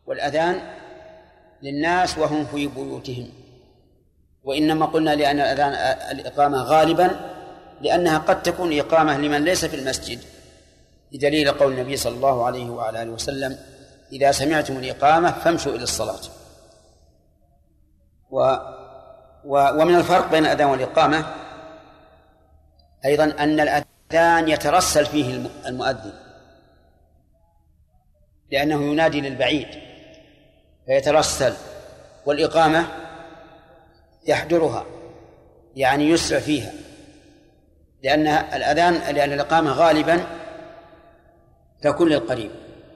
والأذان للناس وهم في بيوتهم. وإنما قلنا لأن الإقامة غالبا لأنها قد تكون إقامة لمن ليس في المسجد، بدليل قول النبي صلى الله عليه وعلى آله وسلم: إذا سمعتم الإقامة فامشوا إلى الصلاة. ومن الفرق بين الأذان والإقامة أيضا أن الأذان يترسل فيه المؤذن، لأنه ينادي للبعيد فيترسل، والإقامة يحضرها يعني يسرع فيها، لأن الإقامة غالبا تكون للقريب.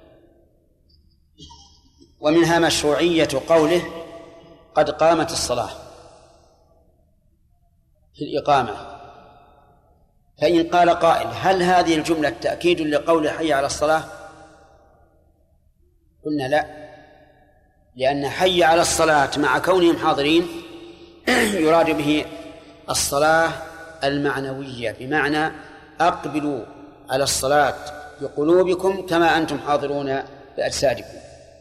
ومنها مشروعية قوله: قد قامت الصلاة في الإقامة. فإن قال قائل: هل هذه الجملة تأكيد لقول حي على الصلاة؟ قلنا لا، لأن حي على الصلاة مع كونهم حاضرين يراد به الصلاة المعنوية، بمعنى أقبلوا على الصلاة بقلوبكم كما أنتم حاضرون بأجسادكم.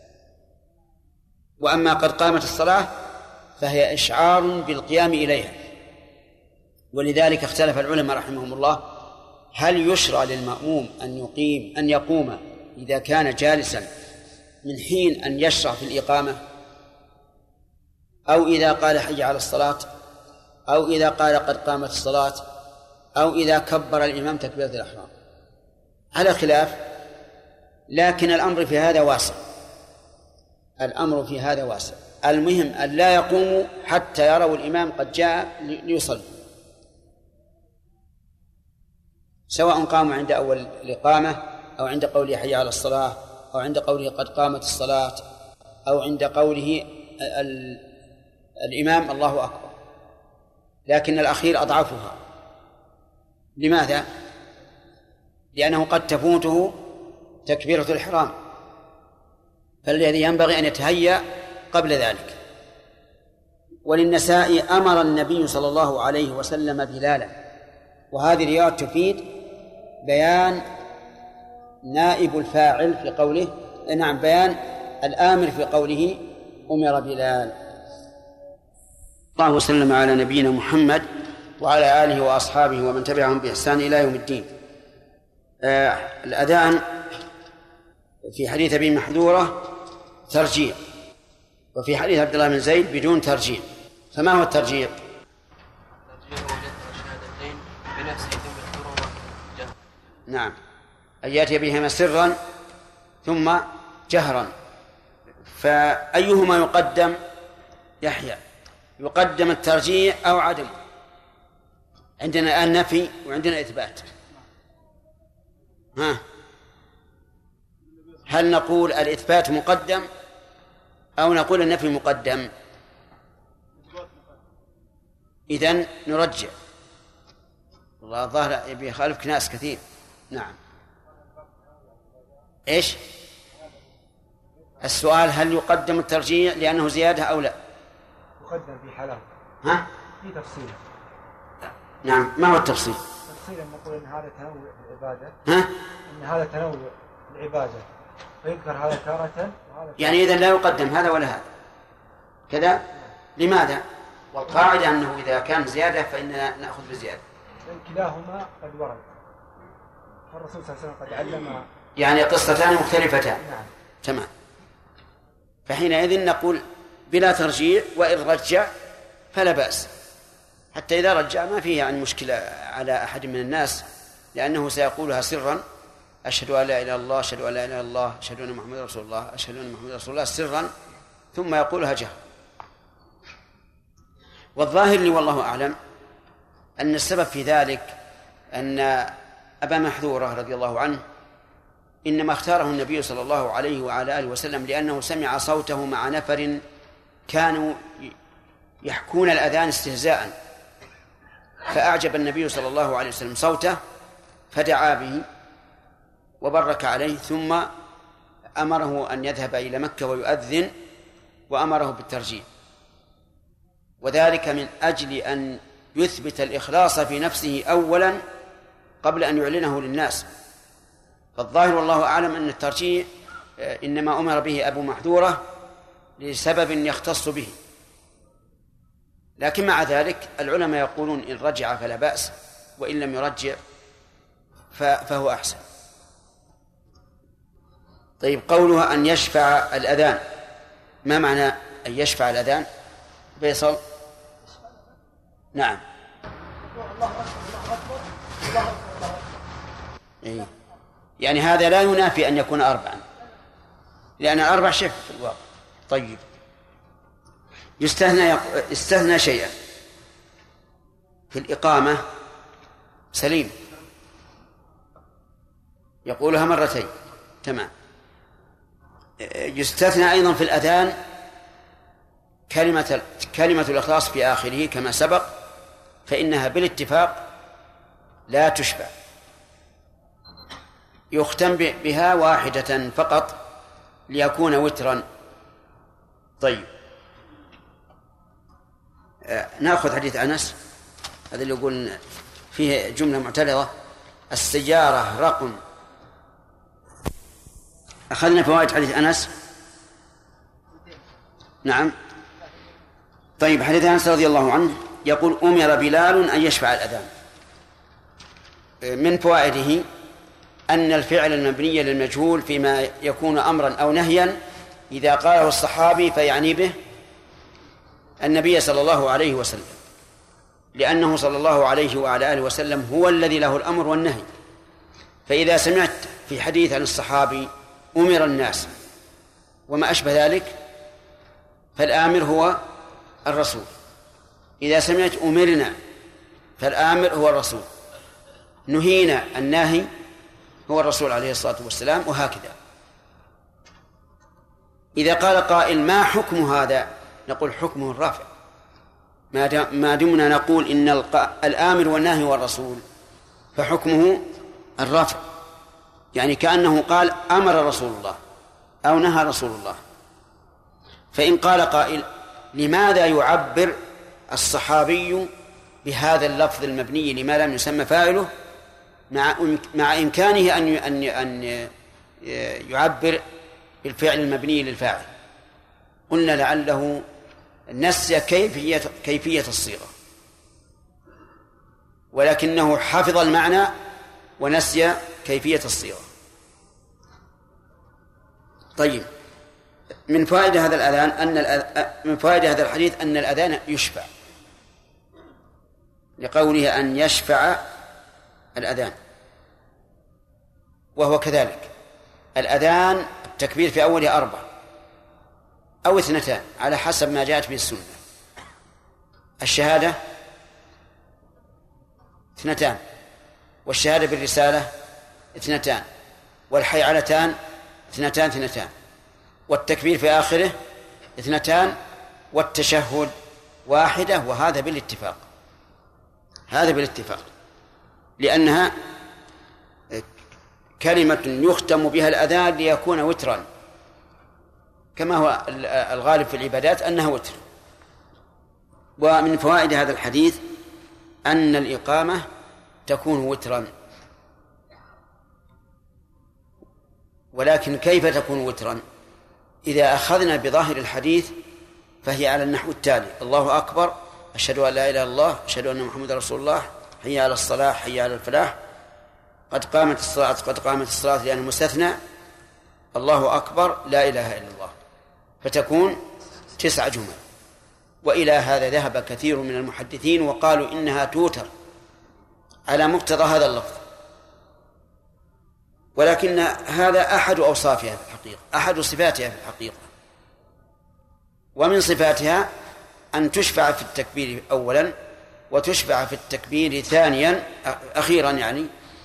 وأما قد قامت الصلاة فهي إشعار بالقيام إليها. ولذلك اختلف العلماء رحمهم الله: هل يشرع للمأموم أن يقوم إذا كان جالسا من حين أن يشرع في الإقامة، أو إذا قال حي على الصلاة، أو إذا قال قد قامت الصلاة، أو إذا كبر الإمام تكبيرة الإحرام؟ على خلاف، لكن الأمر في هذا واسع. المهم أن لا يقوموا حتى يروا الإمام قد جاء ليصلي، سواء قاموا عند أول الإقامة أو عند قوله حي على الصلاة أو عند قوله قد قامت الصلاة أو عند قوله الإمام الله أكبر، لكن الأخير أضعفها. لماذا؟ لأنه قد تفوته تكبيرة الإحرام، فالذي ينبغي أن يتهيأ قبل ذلك. وللنسائي: أمر النبي صلى الله عليه وسلم بلالا. وهذه رواية تفيد بيان نائب الفاعل في قوله، بيان الآمر في قوله أمر بلال. الله وسلم على نبينا محمد وعلى آله وأصحابه ومن تبعهم بإحسان إلى يوم الدين. الأذان في حديث أبي محذورة ترجيع، وفي حديث عبد الله بن زيد بدون ترجيع. فما هو الترجيع؟ نعم، أن يأتي بهما سرا ثم جهرا. فأيهما يقدم؟ يحيى، يقدم الترجيع أو عدم؟ عندنا الآن نفي وعندنا إثبات. هل نقول الإثبات مقدم أو نقول النفي مقدم؟ إذن نرجع. والله الظاهر يبي يخالفك ناس كثير. نعم. إيش السؤال؟ هل يقدم الترجيع لأنه زيادة أو لا؟ يقدم في حالات. في تفصيل. نعم. ما هو التفصيل؟ تفصيل أن نقول إن هذا تنوع العبادة. إن هذا تنوع العبادة فيذكر هذا تارة وهذا. يعني إذن لا يقدم هذا ولا هذا كذا. لماذا؟ والقاعدة أنه إذا كان زيادة فإننا نأخذ بزيادة. كلاهما قد ورد، فالرسول صلى الله عليه وسلم قد علم، يعني قصتان مختلفتان. نعم. تمام. فحينئذ نقول بلا ترجيع، وإن رجع فلا بأس، حتى إذا رجع ما فيه يعني مشكلة على أحد من الناس، لأنه سيقولها سرا: أشهد أن لا إله إلا الله، أشهد أن لا إله إلا الله، أشهد أن محمد رسول الله، أشهد أن محمد رسول الله، سرا، ثم يقولها جهرا. والظاهر لي والله أعلم أن السبب في ذلك أن أبا محذورة رضي الله عنه إنما اختاره النبي صلى الله عليه وعلى آله وسلم لأنه سمع صوته مع نفر كانوا يحكون الأذان استهزاء، فأعجب النبي صلى الله عليه وسلم صوته فدعا به وبرك عليه، ثم أمره أن يذهب إلى مكة ويؤذن، وأمره بالترجيع، وذلك من أجل أن يثبت الإخلاص في نفسه أولا قبل أن يعلنه للناس. فالظاهر والله أعلم أن الترجيع إنما أمر به أبو محذورة لسبب يختص به، لكن مع ذلك العلماء يقولون إن رجع فلا بأس، وإن لم يرجع فهو أحسن. طيب، قولها أن يشفع الأذان، ما معنى أن يشفع الأذان؟ فيصل؟ نعم. يعني هذا لا ينافي أن يكون 4، لأن 4 شفع في الواقع. طيب، يستثنى شيئا في الإقامة سليم، يقولها 2 تمام. يستثنى أيضا في الأذان كلمة الإخلاص في آخره كما سبق، فإنها بالاتفاق لا تشفع، يختم بها واحدة فقط ليكون وترا. طيب، نأخذ حديث أنس هذا اللي يقول فيه جملة معترضة: السيارة رقم. أخذنا فوائد حديث أنس. نعم. طيب، حديث أنس رضي الله عنه يقول: أمر بلال أن يشفع الأذان. من فوائده أن الفعل المبني للمجهول فيما يكون أمرا أو نهيا إذا قاله الصحابي فيعني به النبي صلى الله عليه وسلم، لأنه صلى الله عليه وعلى آله وسلم هو الذي له الأمر والنهي. فإذا سمعت في حديث عن الصحابي أمر الناس وما أشبه ذلك فالآمر هو الرسول، إذا سمعت أمرنا فالآمر هو الرسول، نهينا الناهي هو الرسول عليه الصلاة والسلام، وهكذا. إذا قال قائل: ما حكم هذا؟ نقول: حكمه الرافع، ما دمنا نقول إن الآمر والناهي هو الرسول فحكمه الرافع، يعني كأنه قال أمر رسول الله أو نهى رسول الله. فإن قال قائل: لماذا يعبر الصحابي بهذا اللفظ المبني لما لم يسمى فاعله مع إمكانه أن يعبر بالفعل المبني للفاعل؟ قلنا لعله نسي كيفية الصيغة، ولكنه حفظ المعنى ونسي كيفية الصيغة. طيب، من فائدة هذا الأذان من فائدة هذا الحديث أن الأذان يشفع، لقوله أن يشفع الأذان، وهو كذلك. الأذان التكبير في أوله 4 أو 2 على حسب ما جاءت به السنة. الشهادة 2، والشهادة بالرسالة 2، والحيعلتان 2، والتكبير في آخره 2، والتشهد 1، وهذا بالاتفاق. هذا بالاتفاق، لأنها كلمة يختم بها الأذان ليكون وترا، كما هو الغالب في العبادات أنها وتر. ومن فوائد هذا الحديث أن الإقامة تكون وترا، ولكن كيف تكون وترا؟ إذا أخذنا بظاهر الحديث فهي على النحو التالي: الله أكبر، أشهد أن لا إله إلا الله، أشهد أن محمد رسول الله، حي على الصلاة، حي على الفلاح، قد قامت الصلاة، قد قامت الصلاة، لأن المستثنى الله أكبر، لا إله إلا الله، فتكون 9 جمل. وإلى هذا ذهب كثير من المحدثين وقالوا إنها توتر على مقتضى هذا اللفظ، ولكن هذا أحد أوصافها في الحقيقة، أحد صفاتها في الحقيقة. ومن صفاتها أن تشفع في التكبير أولا، وتشفع في التكبير ثانيا أخيرا يعني،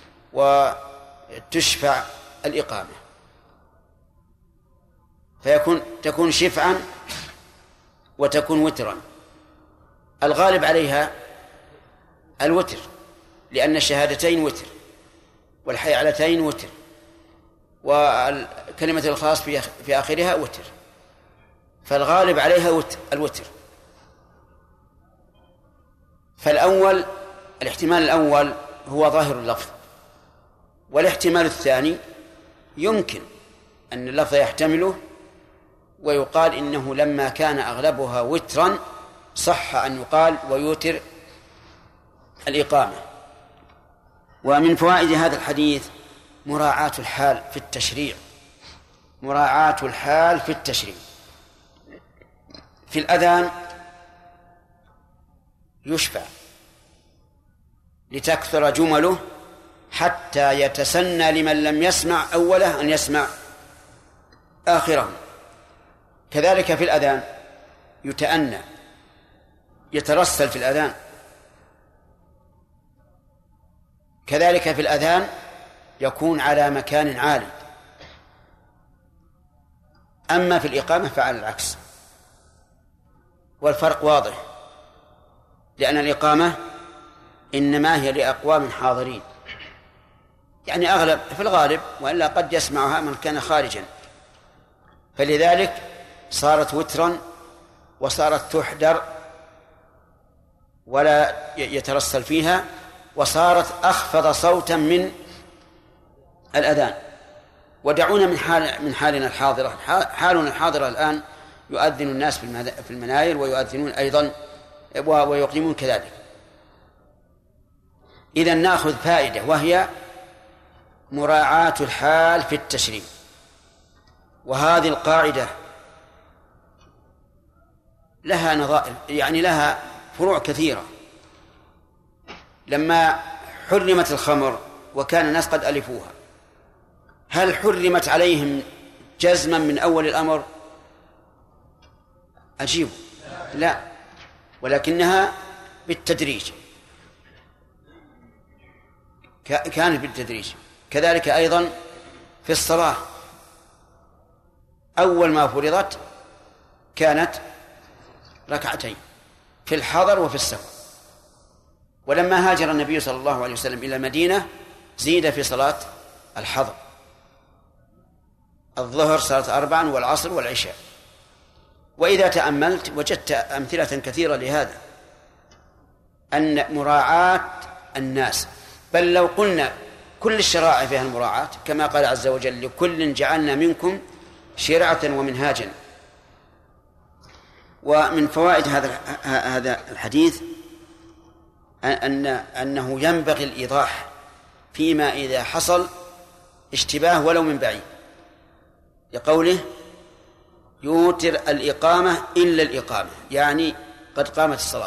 وتشفع الإقامة، تكون شفعا وتكون وترا. الغالب عليها الوتر، لأن الشهادتين وتر، والحيعلتين وتر، وكلمة الخاص في آخرها وتر، فالغالب عليها الوتر. فالأول، الاحتمال الأول هو ظاهر اللفظ، والاحتمال الثاني يمكن أن اللفظ يحتمله، ويقال إنه لما كان أغلبها وترا صح أن يقال ويوتر الإقامة. ومن فوائد هذا الحديث مراعاة الحال في التشريع، مراعاة الحال في التشريع. في الأذان يشفع لتكثر جمله حتى يتسنى لمن لم يسمع أوله أن يسمع آخره. كذلك في الأذان يتأنى، يترسل في الأذان. كذلك في الأذان يكون على مكان عالي. أما في الإقامة فعلى العكس، والفرق واضح، لأن الإقامة إنما هي لأقوام حاضرين، يعني أغلب في الغالب، وإلا قد يسمعها من كان خارجا، فلذلك صارت وترا وصارت تحدر ولا يترسل فيها، وصارت أخفض صوتا من الأذان. ودعونا من حالنا الحاضرة. حالنا الحاضرة الآن يؤذن الناس في المناير، ويؤذنون أيضا ويقيمون كذلك. إذن نأخذ فائدة، وهي مراعاة الحال في التشريع. وهذه القاعدة لها نظائر، يعني لها فروع كثيرة. لما حرمت الخمر وكان الناس قد ألفوها، هل حرمت عليهم جزما من أول الأمر؟ أجيب لا، ولكنها بالتدريج، كانت بالتدريج. كذلك أيضا في الصلاة، أول ما فرضت كانت ركعتين في الحضر وفي السفر. ولما هاجر النبي صلى الله عليه وسلم إلى المدينة زيد في صلاة الحضر، الظهر صارت 4 والعصر والعشاء. وإذا تأملت وجدت أمثلة كثيرة لهذا، أن مراعاة الناس، بل لو قلنا كل الشرائع فيها المراعاة، كما قال عز وجل: لكل جعلنا منكم شرعة ومنهاجا. ومن فوائد هذا الحديث أنه ينبغي الإيضاح فيما إذا حصل اشتباه ولو من بعيد، لقوله: يوتر الإقامة إلا الإقامة، يعني قد قامت الصلاة.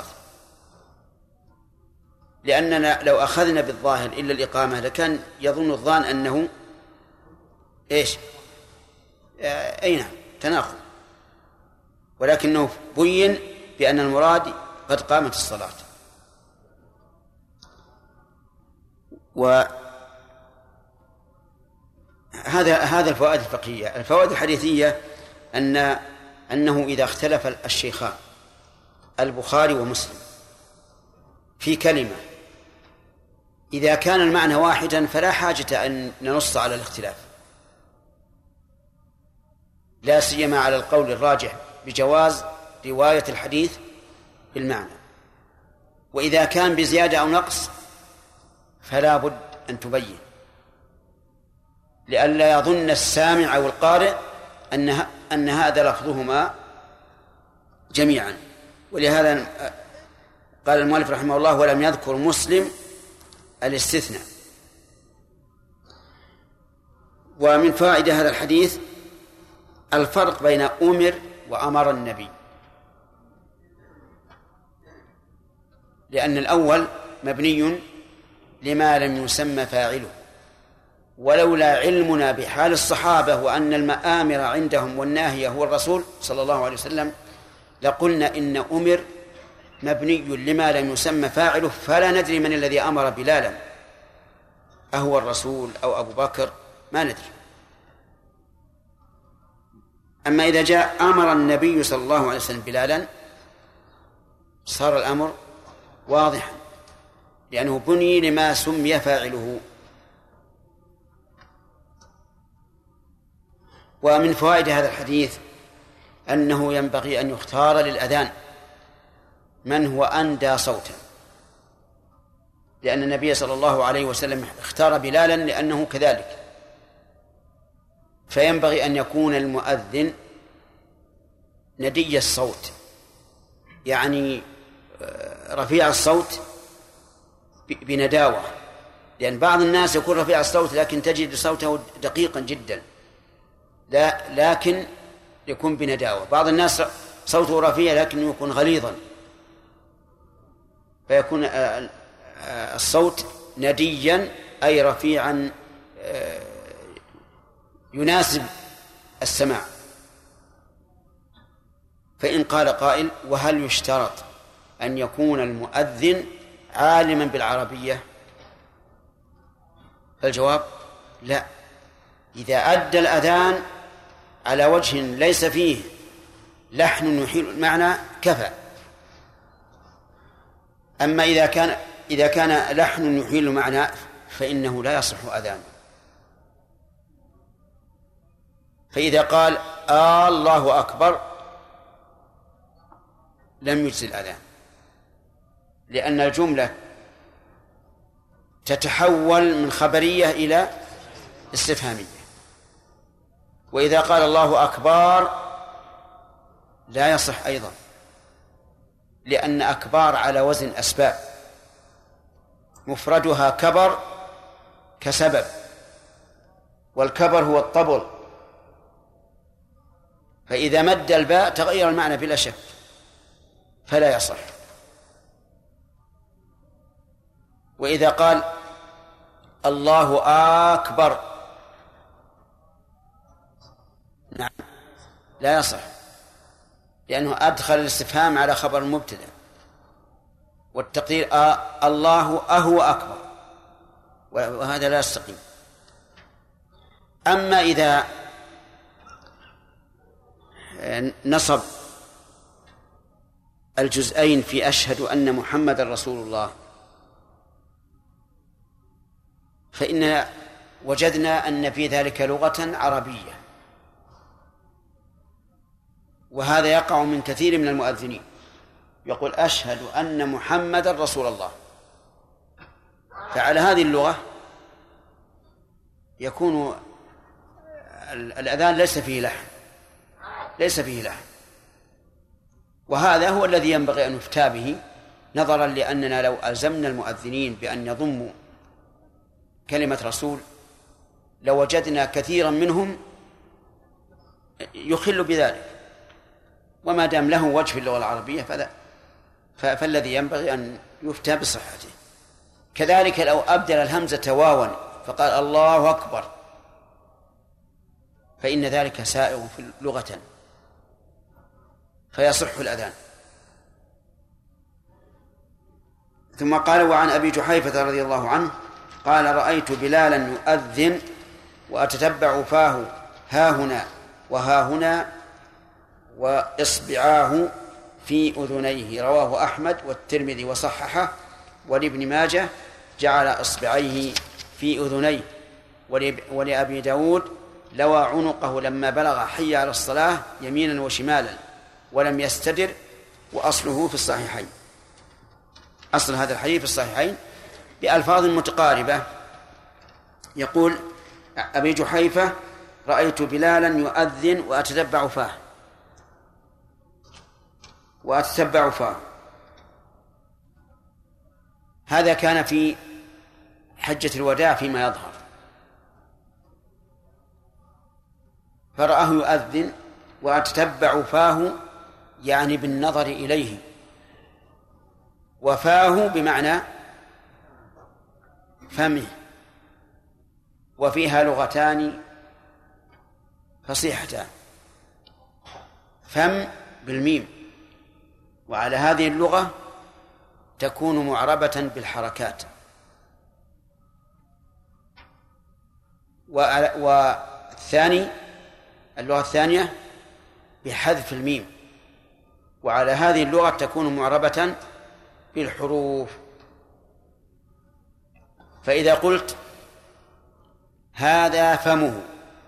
لأننا لو أخذنا بالظاهر إلا الإقامة لكان يظن الظان أنه إيش؟ أين تناقض، ولكنه بين بأن المراد قد قامت الصلاة. هذا الفوائد الفقهية. الفوائد الحديثية أنه إذا اختلف الشيخان البخاري ومسلم في كلمة، إذا كان المعنى واحدا فلا حاجة أن ننص على الاختلاف، لا سيما على القول الراجح بجواز رواية الحديث بالمعنى. وإذا كان بزيادة أو نقص فلا بد أن تبين، لئلا يظن السامع أو القارئ أن هذا لفظهما جميعا. ولهذا قال المؤلف رحمه الله: ولم يذكر مسلم الاستثناء. ومن فائدة هذا الحديث الفرق بين أمر وأمر النبي، لأن الأول مبني لما لم يسمى فاعله. ولولا علمنا بحال الصحابة وأن المآمر عندهم والناهية هو الرسول صلى الله عليه وسلم لقلنا إن أمر مبني لما لم يسمى فاعله، فلا ندري من الذي أمر بلالا، أهو الرسول أو أبو بكر، ما ندري. أما إذا جاء أمر النبي صلى الله عليه وسلم بلالا صار الأمر واضحا، لأنه بني لما سمي فاعله. ومن فوائد هذا الحديث أنه ينبغي أن يختار للأذان من هو أندى صوتا، لأن النبي صلى الله عليه وسلم اختار بلالا لأنه كذلك. فينبغي أن يكون المؤذن ندي الصوت، يعني رفيع الصوت بنداوة، لأن بعض الناس يكون رفيع الصوت لكن تجد صوته دقيقا جدا، لكن يكون بنداوة. بعض الناس صوته رفيع لكن يكون غليظا، فيكون الصوت نديا أي رفيعا يناسب السماع. فإن قال قائل: وهل يشترط أن يكون المؤذن عالما بالعربية؟ الجواب: لا، إذا أدى الأذان على وجه ليس فيه لحن يحيل المعنى كفى. أما إذا كان لحن يحيل المعنى فإنه لا يصح أذان. فإذا قال الله أكبر لم يجزي الأذان، لأن الجملة تتحول من خبرية إلى استفهامية. وإذا قال الله أكبر لا يصح أيضا، لأن أكبار على وزن أسباب، مفردها كبر كسبب، والكبر هو الطبل، فإذا مد الباء تغير المعنى بلا شك، فلا يصح. وإذا قال الله أكبر نعم لا يصح، لأنه أدخل الاستفهام على خبر المبتدأ، والتقدير الله أهو أكبر، وهذا لا يستقيم. أما إذا نصب الجزئين في أشهد أن محمد رسول الله، فإن وجدنا أن في ذلك لغة عربية، وهذا يقع من كثير من المؤذنين، يقول أشهد أن محمد رسول الله، فعلى هذه اللغة يكون الأذان ليس فيه لحن، وهذا هو الذي ينبغي أن يفتى به، نظرا لأننا لو ألزمنا المؤذنين بأن يضموا كلمة رسول لوجدنا كثيرا منهم يخل بذلك، وما دام له وجه في اللغة العربية فالذي ينبغي أن يفتى بصحته. كذلك لو أبدل الهمزة واوا فقال الله أكبر فإن ذلك سائغ في لغة، فيصح الأذان. ثم قال: وعن أبي جحيفة رضي الله عنه قال: رأيت بلالا يؤذن وأتتبع فاه هاهنا وهاهنا وإصبعاه في أذنيه. رواه أحمد والترمذي وصححه، ولابن ماجه جعل إصبعيه في أذنيه، ولأبي داود لوى عنقه لما بلغ حي على الصلاة يمينا وشمالا ولم يستدر، وأصله في الصحيحين. أصل هذا الحديث في الصحيحين بألفاظ متقاربة. يقول أبي جحيفة: رأيت بلالا يؤذن وأتتبع فاه. هذا كان في حجة الوداع فيما يظهر، فرآه يؤذن وأتتبع فاه، يعني بالنظر إليه، وفاه بمعنى فمه، وفيها لغتان فصيحتان: فم بالميم، وعلى هذه اللغة تكون معربة بالحركات، والثاني اللغة الثانية بحذف الميم، وعلى هذه اللغة تكون معربة بالحروف. فإذا قلت هذا فمه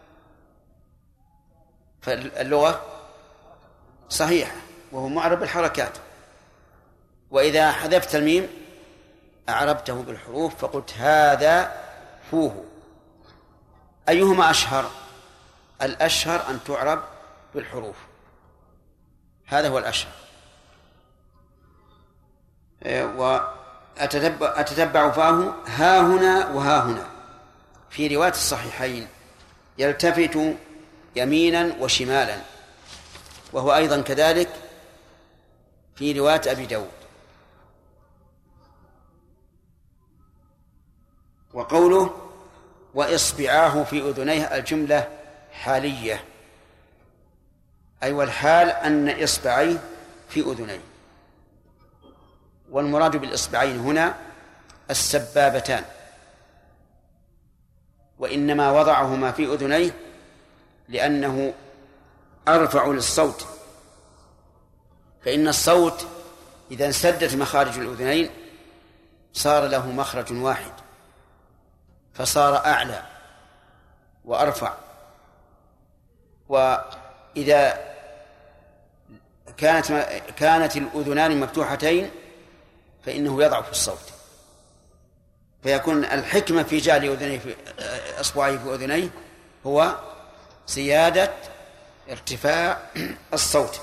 فاللغة صحيحة وهو معرب بالحركات، وإذا حذفت الميم أعربته بالحروف فقلت هذا فوه. أيهما أشهر؟ الأشهر أن تعرب بالحروف، هذا هو الأشهر. وأتتبع فاه ها هنا وها هنا. في رواية الصحيحين يلتفت يمينا وشمالا، وهو أيضا كذلك في رواية أبي داود. وقوله وإصبعاه في أذنيه الجملة حالية، أي والحال أن إصبعيه في أذنيه. والمراد بالإصبعين هنا السبابتان، وإنما وضعهما في أذنيه لأنه أرفع للصوت، فإن الصوت إذا انسدت مخارج الأذنين صار له مخرج واحد، فصار أعلى وأرفع. وإذا كانت الأذنان مفتوحتين فإنه يضعف الصوت، فيكون الحكمة في جعل أذنيه في أصبعيه في أذنيه هو زيادة ارتفاع الصوت.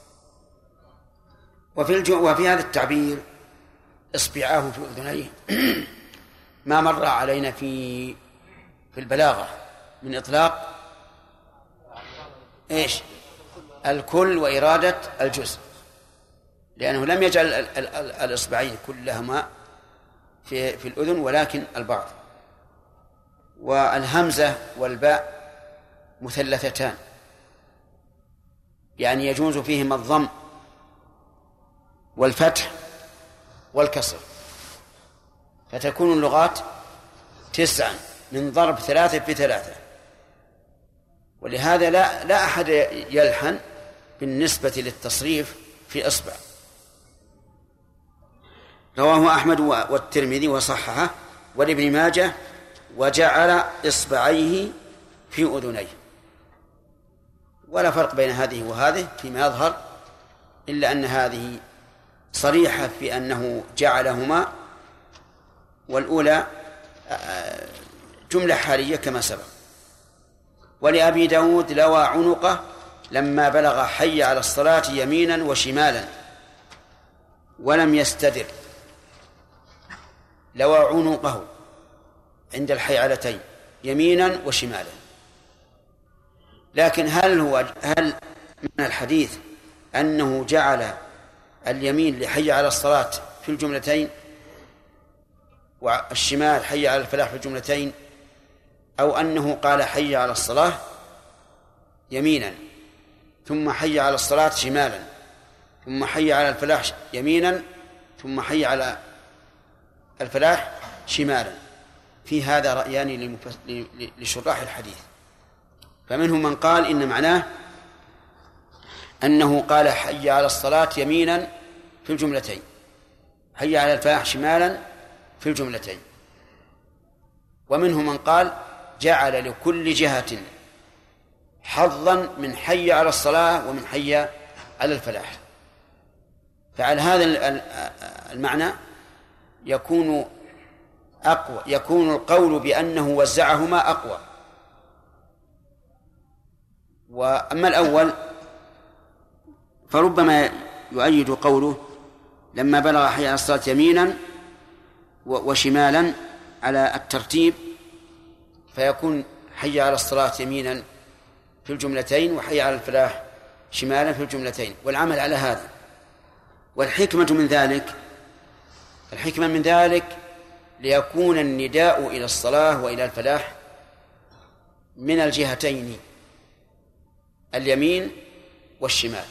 وفي هذا التعبير إصبعاه في أذنيه ما مر علينا في البلاغة من إطلاق إيش؟ الكل وإرادة الجزء، لأنه لم يجعل الإصبعين كلهما في الأذن ولكن البعض. والهمزة والباء مثلثتان، يعني يجوز فيهما الضم والفتح والكسر، فتكون اللغات 9 من ضرب 3 في 3. ولهذا لا أحد يلحن بالنسبة للتصريف في إصبع. رواه أحمد والترمذي وصححه والابن ماجه وجعل إصبعيه في أذنيه. ولا فرق بين هذه وهذه فيما يظهر، إلا أن هذه صريحة في أنه جعلهما، والأولى جملة حالية كما سبق. ولأبي داود لوى عنقه لما بلغ حي على الصلاة يمينا وشمالا ولم يستدر. لوى عنقه عند الحيعلتين يمينا وشمالا. لكن هل من الحديث أنه جعل اليمين لحي على الصلاة في الجملتين والشمال حي على الفلاح في الجملتين، أو أنه قال حي على الصلاة يمينا ثم حي على الصلاة شمالا ثم حي على الفلاح يمينا ثم حي على الفلاح شمالا؟ في هذا رأيان لشراح الحديث. فمنهم من قال إن معناه أنه قال حي على الصلاة يمينا في الجملتين، حي على الفلاح شمالا في الجملتين. ومنهم من قال جعل لكل جهة حظا من حي على الصلاة ومن حي على الفلاح. فعلى هذا المعنى يكون القول بأنه وزعهما أقوى. وأما الأول فربما يؤيد قوله لما بلغ حي على الصلاة يمينا وشمالا على الترتيب، فيكون حي على الصلاة يمينا في الجملتين وحي على الفلاح شمالا في الجملتين، والعمل على هذا. والحكمة من ذلك ليكون النداء إلى الصلاة وإلى الفلاح من الجهتين اليمين والشمال.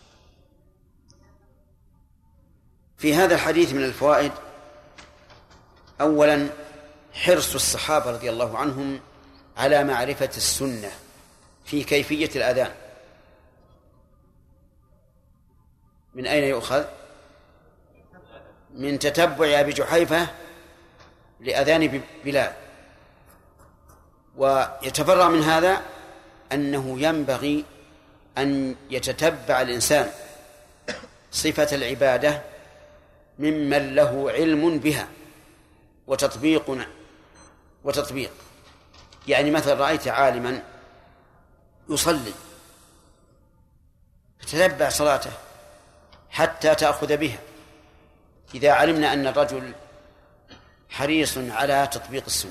في هذا الحديث من الفوائد: أولا حرص الصحابة رضي الله عنهم على معرفة السنة في كيفية الأذان. من أين يؤخذ؟ من تتبع أبي جحيفة لأذان بلال. ويتفرع من هذا أنه ينبغي أن يتتبع الإنسان صفة العبادة ممن له علم بها وتطبيق. يعني مثلا رأيت عالما يصلي، فتتبع صلاته حتى تأخذ بها إذا علمنا أن الرجل حريص على تطبيق السنة.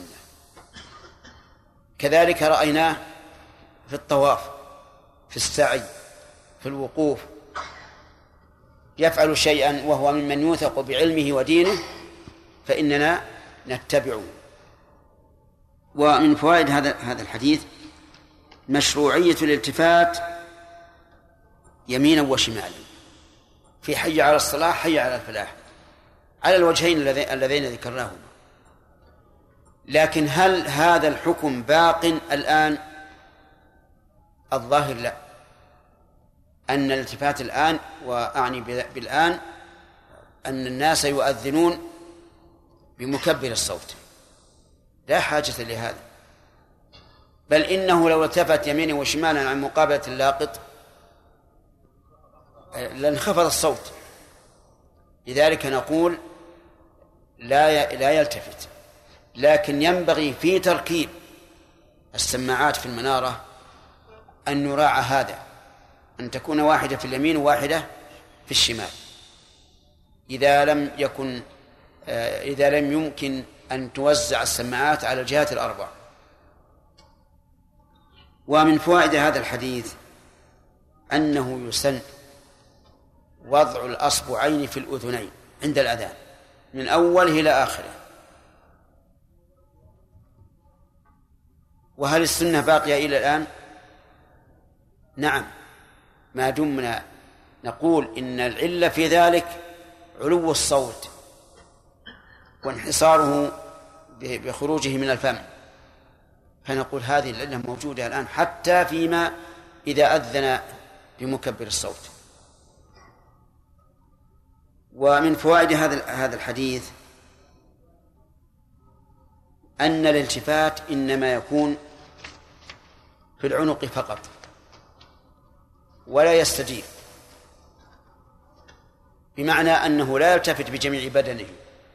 كذلك رأيناه في الطواف، في السعي، في الوقوف، يفعل شيئا وهو ممن يوثق بعلمه ودينه فإننا نتبعه. ومن فوائد هذا الحديث مشروعية الالتفات يمينا وشمالا في حي على الصلاة حي على الفلاح على الوجهين اللذين ذكرناهما. لكن هل هذا الحكم باق الآن؟ الظاهر لا، أن الالتفات الآن، وأعني بالآن أن الناس يؤذنون بمكبر الصوت، لا حاجة لهذا، بل إنه لو التفت يمينا وشمالا عن مقابلة اللاقط لانخفض الصوت. لذلك نقول لا يلتفت، لكن ينبغي في تركيب السماعات في المنارة أن نراعى هذا، أن تكون واحدة في اليمين وواحدة في الشمال إذا لم يمكن أن توزع السماعات على الجهات الأربع. ومن فوائد هذا الحديث أنه يسن وضع الأصبعين في الأذنين عند الأذان من أوله إلى آخره. وهل السنة باقية إلى الآن؟ نعم، ما دمنا نقول إن العلة في ذلك علو الصوت وانحصاره بخروجه من الفم، فنقول هذه العلة موجودة الآن حتى فيما إذا أذن بمكبر الصوت. ومن فوائد هذا الحديث أن الالتفات إنما يكون في العنق فقط ولا يستدير، بمعنى أنه لا يلتفت بجميع بدنه،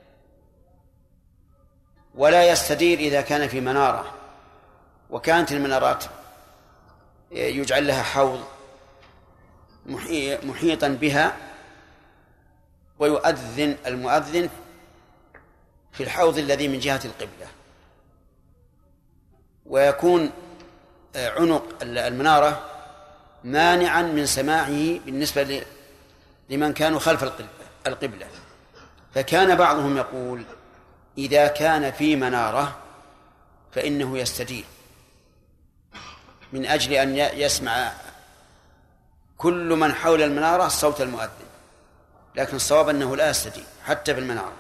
ولا يستدير إذا كان في منارة وكانت المنارات يجعل لها حوض محيطا بها ويؤذن المؤذن في الحوض الذي من جهة القبلة، ويكون عنق المنارة مانعا من سماعه بالنسبة لمن كانوا خلف القبلة. فكان بعضهم يقول إذا كان في منارة فإنه يستدير من أجل أن يسمع كل من حول المنارة صوت المؤذن، لكن الصواب أنه لا يستدير حتى في المنارة.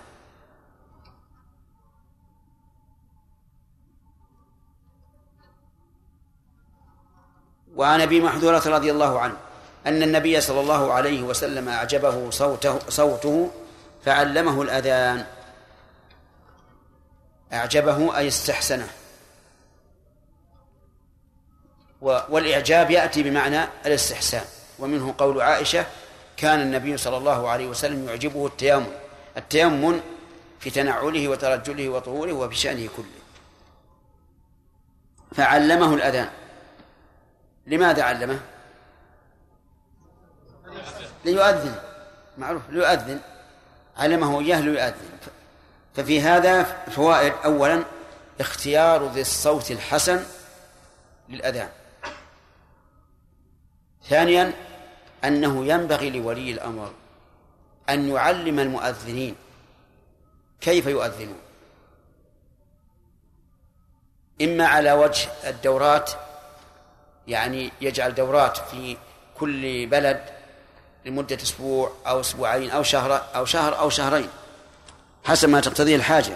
وعن أبي محذورة رضي الله عنه أن النبي صلى الله عليه وسلم أعجبه صوته فعلمه الأذان. أعجبه أي استحسنه، والإعجاب يأتي بمعنى الاستحسان. ومنه قول عائشة كان النبي صلى الله عليه وسلم يعجبه التيمم في تنعله وترجله وطهوره وفي شأنه كله. فعلمه الأذان. لماذا علمه؟ ليؤذن، معروف، ليؤذن، علمه إياه ليؤذن. ففي هذا فوائد: أولا اختيار ذي الصوت الحسن للأذان. ثانيا أنه ينبغي لولي الأمر أن يعلم المؤذنين كيف يؤذنون، إما على وجه الدورات، يعني يجعل دورات في كل بلد لمدة أسبوع أو أسبوعين أو شهر أو شهرين حسب ما تقتضيه الحاجة.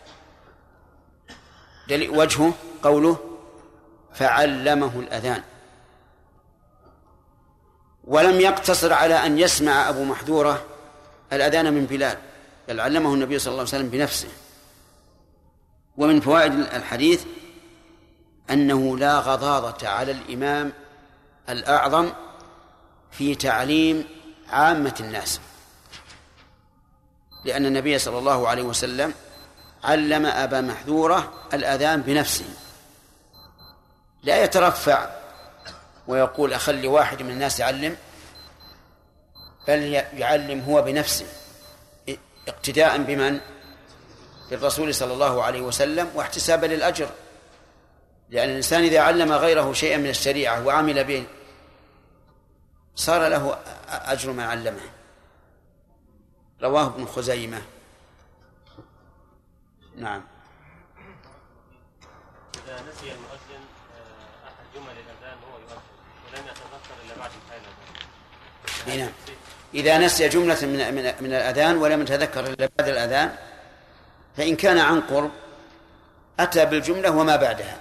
وجهه قوله فعلمه الأذان. ولم يقتصر على أن يسمع أبو محذورة الأذان من بلال، بل علمه النبي صلى الله عليه وسلم بنفسه. ومن فوائد الحديث أنه لا غضاضة على الإمام الأعظم في تعليم عامة الناس، لأن النبي صلى الله عليه وسلم علم أبا محذورة الأذان بنفسه، لا يترفع ويقول أخلي واحد من الناس يعلم، بل يعلم هو بنفسه اقتداء بمن؟ بالرسول صلى الله عليه وسلم، واحتسابا للأجر، لأن الإنسان إذا علم غيره شيئا من الشريعة وعمل به صار له أجر من علمه. رواه ابن خزيمة. نعم. إذا نسي المؤذن أحد جمل الأذان وهو يؤذن ولم يتذكر إلا بعد انتهاء الأذان. نعم. إذا نسي جملة من الأذان ولم يتذكر إلا بعد الأذان، فإن كان عن قرب أتى بالجملة وما بعدها،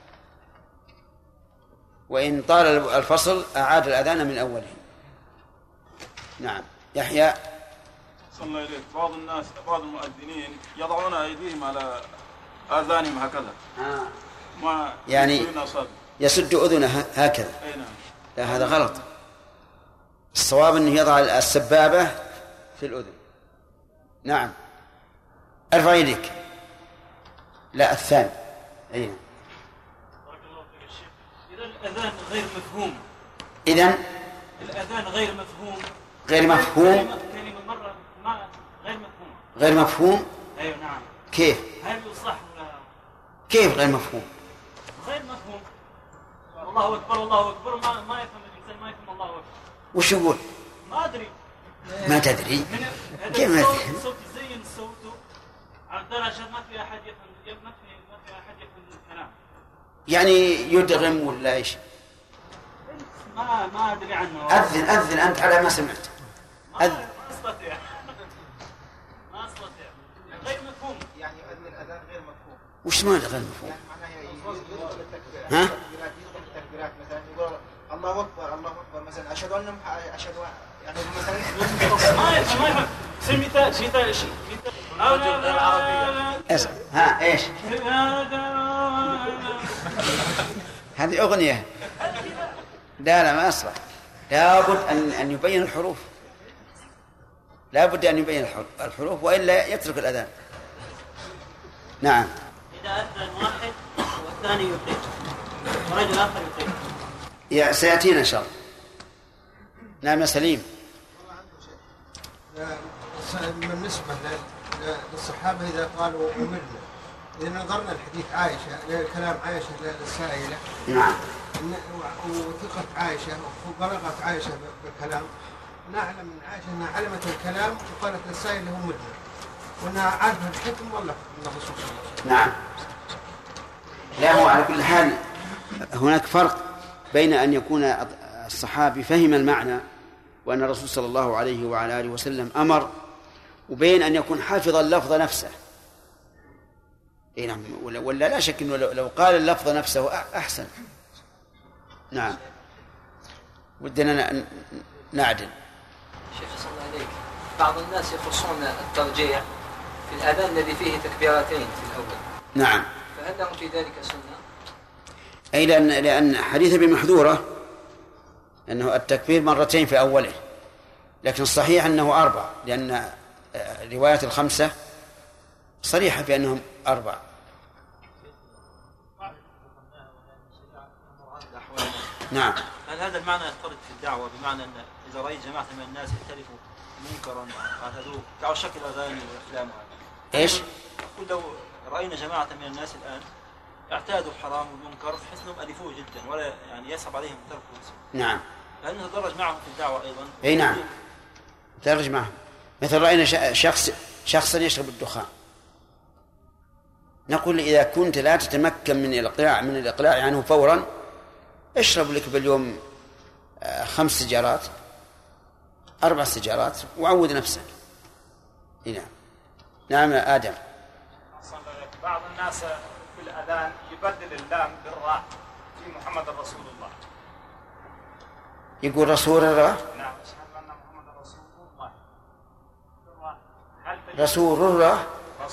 وإن طال الفصل أعاد الأذان من أوله. نعم. يحيى. صلى الله عليه. بعض المؤذنين يضعون أيديهم على آذانهم هكذا، ما يعني يسد أذنه هكذا. نعم. لا، هذا غلط. الصواب أنه يضع السبابة في الأذن. نعم. ارفع يدك. لا، الثاني. أين؟ إذا الأذان غير مفهوم. إذن الأذان غير مفهوم. غير مفهوم. كلمة مرة ما غير مفهوم. غير مفهوم. أيوة نعم. كيف؟ هل يصح ولا؟ كيف غير مفهوم؟ غير مفهوم. الله أكبر الله أكبر ما يفهم الإنسان، ما يفهم الله أكبر. وش يقول؟ ما أدري. ما تدري؟ كيف ما تفهم؟ الصوت يزين صوته على درجة ما في أحد يفهم، ما في أحد يفهم الكلام. يعني يدغم ولا إيش؟ ما أدري عنه. أذن أنت على ما سمعت. ما أستطيع. غير مفهوم. يعني يؤذن الأذان غير مفهوم. وش معنى غير مفهوم؟ ها؟ التكبيرات مثلا يقول الله أكبر الله أكبر مثلا أشهد أن أشهد يعني مثلا ما يفهم. شيء ها إيش؟ هذه أغنية. لا ما أصلح. لابد أن يبين الحروف. لابد أن يبين الحروف وإلا يترك الأذان. نعم. إذا أذن واحد والثاني يطيع ورجل آخر يطيع. سيأتينا إن شاء الله. نعم يا سليم. بالنسبة للصحابة إذا قالوا أمرنا، إذا نظرنا لحديث عائشة لكلام عائشة للسائلة، نعم، وثقة عائشة وبلغت عائشة بالكلام، نعلم من عائشة أنها علمت الكلام وقالت للسائلة أمرنا، وأنها عارفة الحكم ولا من الرسول صلى الله عليه وسلم. نعم. لا، هو على كل حال هناك فرق بين أن يكون الصحابي فهم المعنى وأن الرسول صلى الله عليه وعلى آله وسلم أمر، وبين أن يكون حافظ اللفظ نفسه. نعم. ولا لا شك أنه لو قال اللفظ نفسه أحسن. نعم. ودنا نعدل. شيخ صلى الله عليك، بعض الناس يخصون الترجيع في الأذان الذي فيه تكبيرتين في الأول. نعم. فهل لهم في ذلك سنة؟ أي لأن حديث ابن محذورة أنه التكبير مرتين في أوله، لكن الصحيح أنه 4، لأن رواية الخمسة صريحة في أنهم 4. نعم. هل هذا المعنى يختلط في الدعوة، بمعنى أن إذا رأيت جماعة من الناس يختلفوا منكرا قال هذوك دعوا شكل أغاني وأفلام إيش؟ أقول لو رأينا جماعة من الناس الآن اعتادوا الحرام والمنكر بحيث أنهم ألفوه جدا ولا يعني يصعب عليهم تركه. نعم. هل نتدرج معهم في الدعوة أيضا؟ أي نعم، نتدرج معهم. مثل رأينا شخصا يشرب الدخان، نقول إذا كنت لا تتمكن من الإقلاع عنه فورا، اشرب لك باليوم 5 سيجارات 4 سيجارات وعود نفسك. نعم. نعم يا آدم. بعض الناس في الأذان يبدل اللام بالراء في محمد رسول الله، يقول رسول الله. نعم، أشهد أن محمد رسول الله. رسول الله.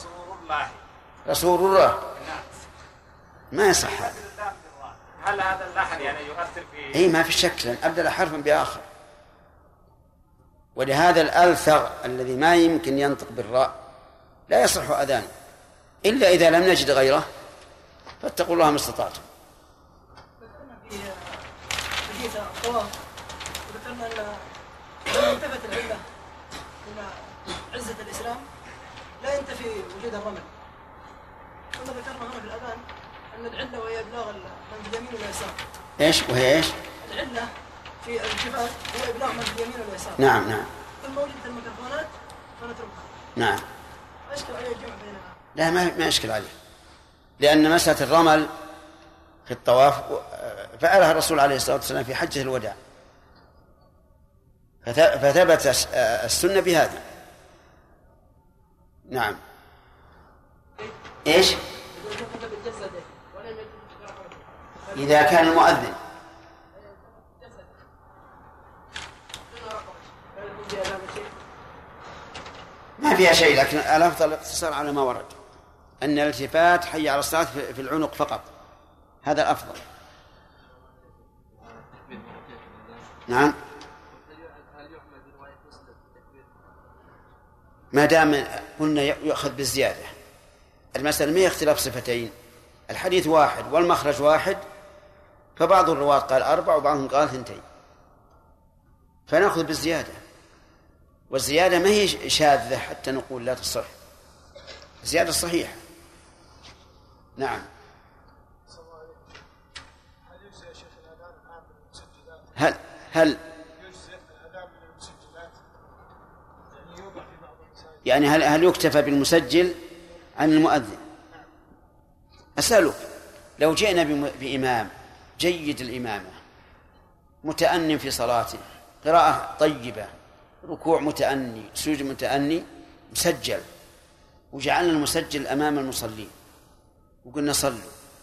رسول الله. نعم. ما يصح هذا. هل هذا اللحن يعني يؤثر في؟ اي ما في شك، لأن أبدل حرفا بآخر، ولهذا الألثغ الذي ما يمكن ينطق بالراء لا يصح أذانه إلا إذا لم نجد غيره، فاتقوا الله ما استطعتم. حديث الطواف ذكرنا أن لما انتفت العلة إلى عزة الإسلام لا ينتفي وجود الرمل. ثم ذكرنا هنا في الأذان أن العلة وهي إبلاغ من في اليمين واليسار. إيش وهي إيش؟ العلة في الالتفات هو إبلاغ من في اليمين واليسار. نعم نعم. ثم وجدت الميكروفونات فنتركها. نعم. أشكل عليه الجمع بينها. لا ما أشكل عليه، لأن مسألة الرمل في الطواف فعلها الرسول عليه الصلاة والسلام في حجة الوداع، فثبت السنة بهذا. نعم. إيش؟ إذا كان المؤذن ما فيها شيء، لكن الأفضل الاقتصار على ما ورد، أن الالتفات حي على الصلاة في العنق فقط، هذا الأفضل. نعم. ما دام قلنا يؤخذ بالزيادة، المسألة ما هي اختلاف صفتين، الحديث واحد والمخرج واحد، فبعض الرواة قال 4 وبعضهم قال 2، فنأخذ بالزيادة، والزيادة ما هي شاذة حتى نقول لا تصح، زيادة صحيحة. نعم. هل يعني هل يكتفى بالمسجل عن المؤذن؟ أسألك، لو جئنا بإمام جيد الإمامة متأنٍ في صلاته، قراءة طيبة، ركوع متأني، سجود متأني، مسجل، وجعلنا المسجل أمام المصلين وقلنا صلوا،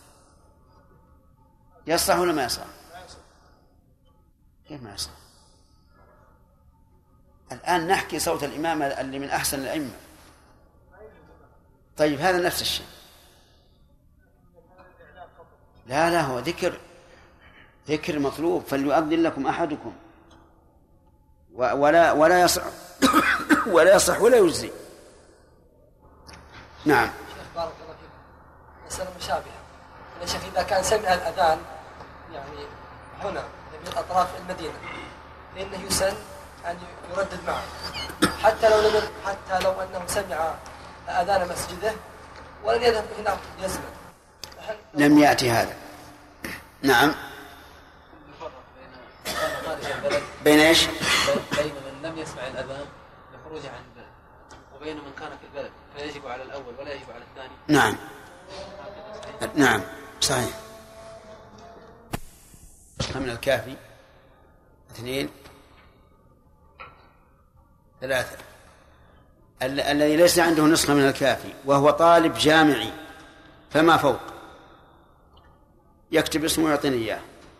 يصح ولا ما يصح؟ كيف ما يصح؟ الآن نحكي صوت الإمام اللي من أحسن الأئمة. طيب هذا نفس الشيء. لا هو ذكر مطلوب، فليؤذن لكم أحدكم، ولا يصح ولا يصح ولا يجزي. نعم. شيخ بارك الله فيك، مسألة مشابهة. يا شيخ إذا كان سمع الأذان يعني هنا من أطراف المدينة، فإنه يسن أن يردد معه حتى لو أنه سمع أذان مسجده ولن يذهب هناك يزمن. لم يأتي هذا. نعم. بين ايش؟ بين من لم يسمع الأذان لخروجه عن البلد، وبين من كان في البلد فيجب على الأول ولا يجب على الثاني. نعم صحيح. من الكافي 2 3. الذي ليس عنده نسخة من الكافي وهو طالب جامعي فما فوق يكتب اسمه ويعطيني إياه.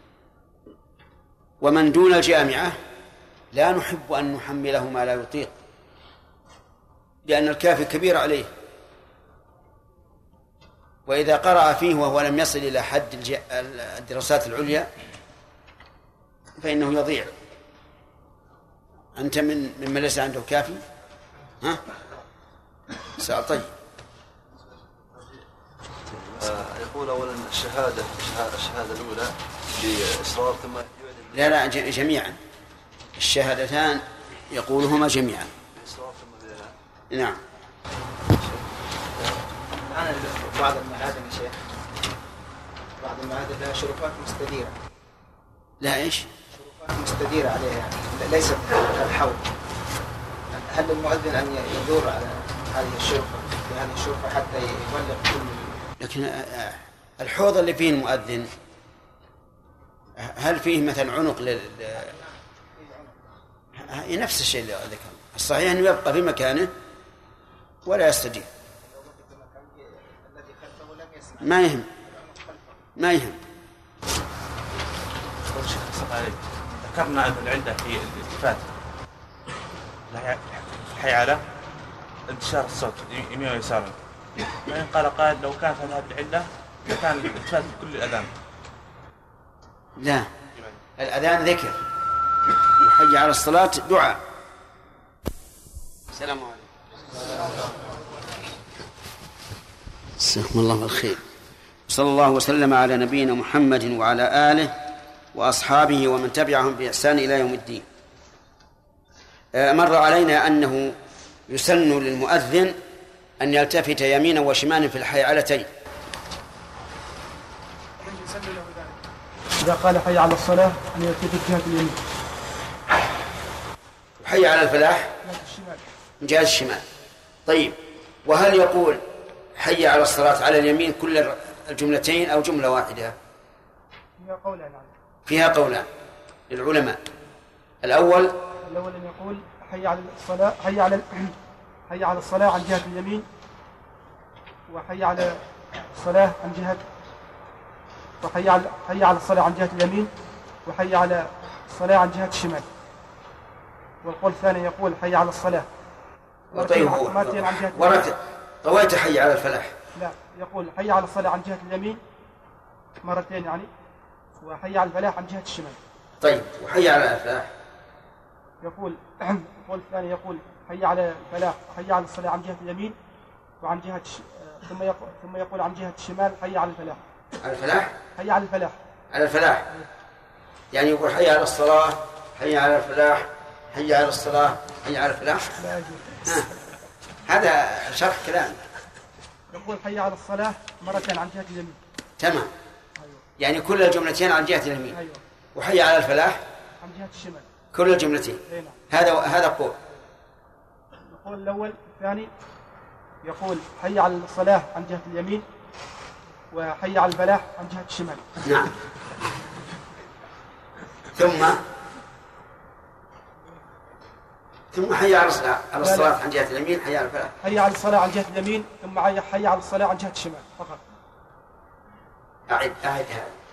ومن دون الجامعة لا نحب أن نحمله ما لا يطيق، لأن الكافي كبير عليه، وإذا قرأ فيه وهو لم يصل إلى حد الدراسات العليا فإنه يضيع. أنت ممن ليس عنده كافي؟ ها؟ سأل. طيب. يقول أولا الشهادة الأولى بإصرار ثم لا جميعا الشهادتان يقولهما جميعا. نعم. الآن بعض المعادن يا شيخ، بعض المعادن لها شرفات مستديرة. لا إيش؟ شرفات مستديرة عليها يعني ليست كالحوض. هل المؤذن أن يدور على هذه الشرفة بهذه الشرفة حتى يبلغ كل؟ لكن الحوض اللي فيه المؤذن هل فيه مثل عنق نفس الشيء اللي ذكر. الصحيح أنه يبقى في مكانه ولا يستدير. ما يهم. ذكرنا أن العلة في الالتفات الحي على انتشار الصوت يمين ويسار، فإن قال قائل لو كانت هذه العلة كان الالتفات في كل الأذان. لا، الأذان ذكر، يحيي على الصلاة دعاء. السلام عليكم. جزاكم الله الخير. صلى الله وسلم على نبينا محمد وعلى آله وأصحابه ومن تبعهم بإحسان إلى يوم الدين. مر علينا أنه يسن للمؤذن أن يلتفت يمينا وشمالا في الحيعلتين. إذا قال حي على الصلاة أن يلتفت جهة اليمين، وحي على الفلاح من جهة الشمال. طيب، وهل يقول حي على الصلاة على اليمين كل الجملتين أو جملة واحدة؟ فيها قولان للعلماء. الأول أن يقول حي على الصلاة، حي على الصلاة عن جهة اليمين، وحي على الصلاة عن جهة، حي على الصلاة عن جهة اليمين، وحي على الصلاة عن جهة الشمال. والقول الثاني يقول حي على الصلاة طيب، طويت حي على الفلاح. لا، يقول حي على الصلاة عن جهة اليمين مرتين يعني، وحي على الفلاح عن جهة الشمال. طيب، وحي على الفلاح يقول القول الثاني يقول حي على الفلاح، حي على الصلاة عن جهة اليمين وعن جهة ثم يقول عن جهة الشمال حي على الفلاح. على الفلاح؟ حي على الفلاح. على الفلاح. يعني يقول حي على الصلاة، حي على الفلاح، حي على الصلاة، حي على الفلاح. لا يجوز. هذا شرح كلام. يقول حي على الصلاة مرتين عن جهة اليمين. تمام. أيوة. يعني كل الجملتين عن جهة اليمين. أيوة. وحي على الفلاح عن جهة الشمال. كل الجملتين. نعم. هذا قول. القول الأول. الثاني يقول حي على الصلاة عن جهة اليمين، وحي على الفلاح عن جهة الشمال. نعم. ثم حي على الصلاة عن جهة اليمين، حي على الفلاح. حي على الصلاة عن جهة اليمين، ثم حي على الصلاة عن جهة الشمال فقط. أعد هذا.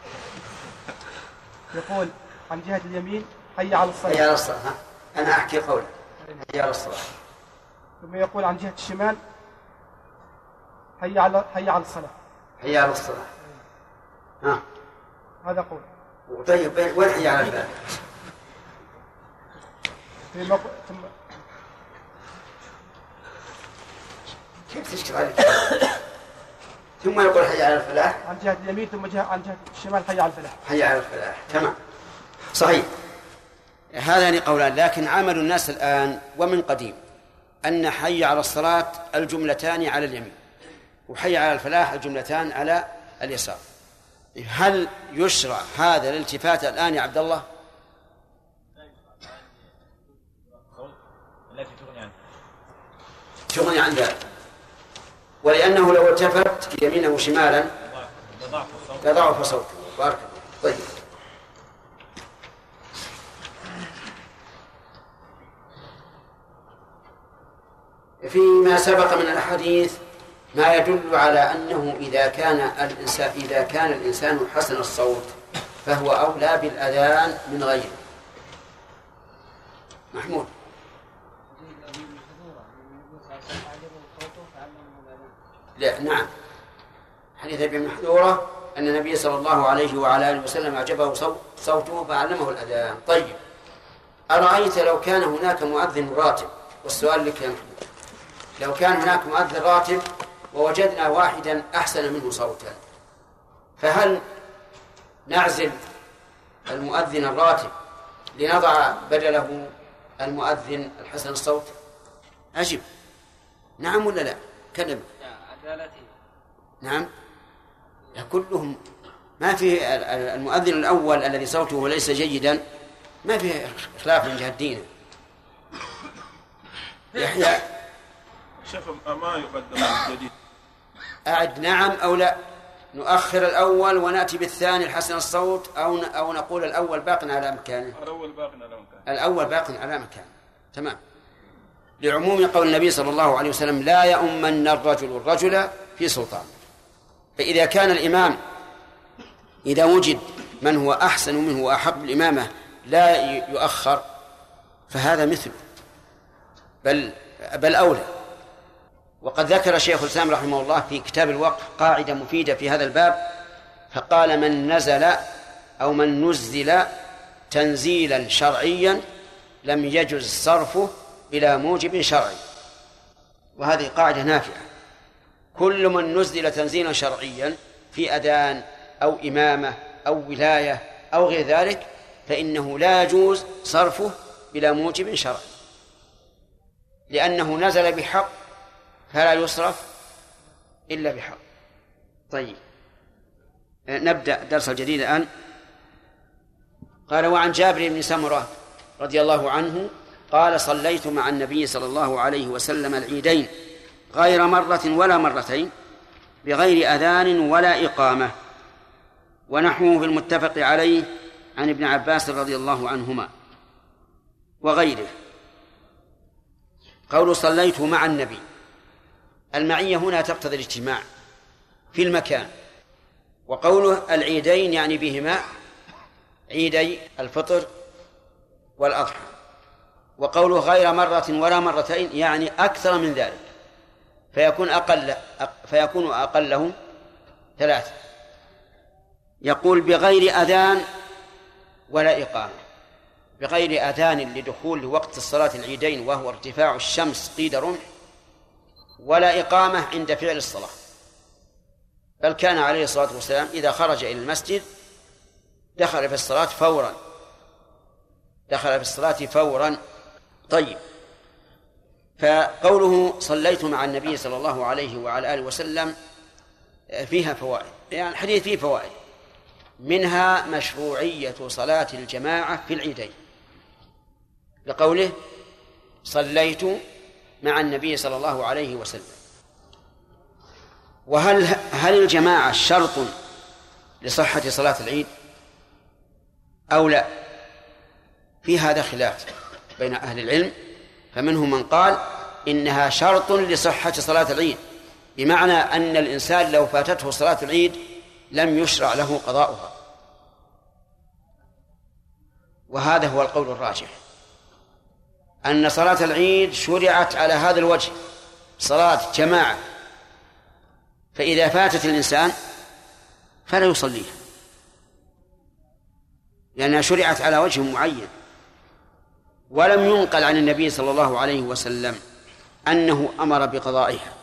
يقول عن جهة اليمين حي على الصلاة. حي على الصلاة. أنا أحكي قولا. حي على الصلاة. ثم يقول عن جهة الشمال حي على الصلاة. حي على الصلاة. هذا قول. طيب، وين حي على الفلاح؟ كيف تشكر عليك؟ ثم يقول حي على الفلاح عن جهة اليمين، ثم عن جهة الشمال حي على الفلاح. حي على الفلاح. تمام، صحيح. هذان قولان، لكن عمل الناس الآن ومن قديم أن حي على الصلاة الجملتان على اليمين، وحي على الفلاح الجملتان على اليسار. هل يشرع هذا الالتفات الآن يا عبد الله؟ تغني عن ذلك، ولأنه لو التفت يمينه وشمالا لضعف صوته. بارك الله. طيب، فيما سبق من الأحاديث ما يدل على أنه إذا كان الإنسان حسن الصوت فهو أولى بالأذان من غيره. محمود. لا، نعم، حديث ابي محذورة أن النبي صلى الله عليه وعلى آله وسلم أعجبه صوته فعلمه الأذان. طيب، أرأيت لو كان هناك مؤذن راتب، والسؤال لك يا محمود، لو كان هناك مؤذن راتب ووجدنا واحدا أحسن منه صوتا، فهل نعزل المؤذن الراتب لنضع بدله المؤذن الحسن الصوت؟ أجب. نعم ولا لا؟ كلم. نعم، كلهم. ما في المؤذن الأول الذي صوته ليس جيدا ما في خلاف من جهة دينه. يحيى شوف ما يقدم الجديد. أعد نعم أو لا؟ نؤخر الأول ونأتي بالثاني الحسن الصوت، أو نقول الأول باق على مكانه. الأول باق على مكانه. تمام. لعموم قول النبي صلى الله عليه وسلم لا يؤمن الرجل في سلطان. فإذا كان الإمام إذا وجد من هو أحسن منه وأحق بالإمامة لا يؤخر، فهذا مثله بل أولى. وقد ذكر شيخ الإسلام رحمه الله في كتاب الوقف قاعدة مفيدة في هذا الباب، فقال من نزل أو من نزل تنزيلا شرعيا لم يجز صرفه إلى موجب شرعي. وهذه قاعدة نافعة. كل من نزل تنزيلا شرعيا في أذان أو إمامة أو ولاية أو غير ذلك فإنه لا يجوز صرفه بلا موجب شرعي، لأنه نزل بحق فلا يصرف إلا بحق. طيب نبدأ درس الجديد الآن. قال: وعن جابر بن سمرة رضي الله عنه قال: صليت مع النبي صلى الله عليه وسلم العيدين غير مرة ولا مرتين بغير أذان ولا إقامة، ونحوه في المتفق عليه عن ابن عباس رضي الله عنهما وغيره. قول صليت مع النبي، المعية هنا تقتضي الاجتماع في المكان، وقوله العيدين يعني بهما عيدي الفطر والأضحى، وقوله غير مرة ولا مرتين يعني أكثر من ذلك، فيكون أقله 3. يقول بغير أذان ولا إقامة، بغير أذان لدخول وقت الصلاة العيدين وهو ارتفاع الشمس قيد رمح، ولا إقامة عند فعل الصلاة، بل كان عليه الصلاة والسلام إذا خرج إلى المسجد دخل في الصلاة فورا. طيب، فقوله صليت مع النبي صلى الله عليه وعلى آله وسلم فيها فوائد، يعني الحديث فيه فوائد، منها مشروعية صلاة الجماعة في العيدين بقوله صليت مع النبي صلى الله عليه وسلم. وهل الجماعة شرط لصحة صلاة العيد أو لا؟ في هذا خلاف بين أهل العلم، فمنهم من قال إنها شرط لصحة صلاة العيد، بمعنى أن الإنسان لو فاتته صلاة العيد لم يشرع له قضاؤها، وهذا هو القول الراجح، أن صلاة العيد شرعت على هذا الوجه، صلاة جماعة، فإذا فاتت الإنسان فلا يصليها، لأنها شرعت على وجه معين. ولم ينقل عن النبي صلى الله عليه وسلم أنه أمر بقضائها،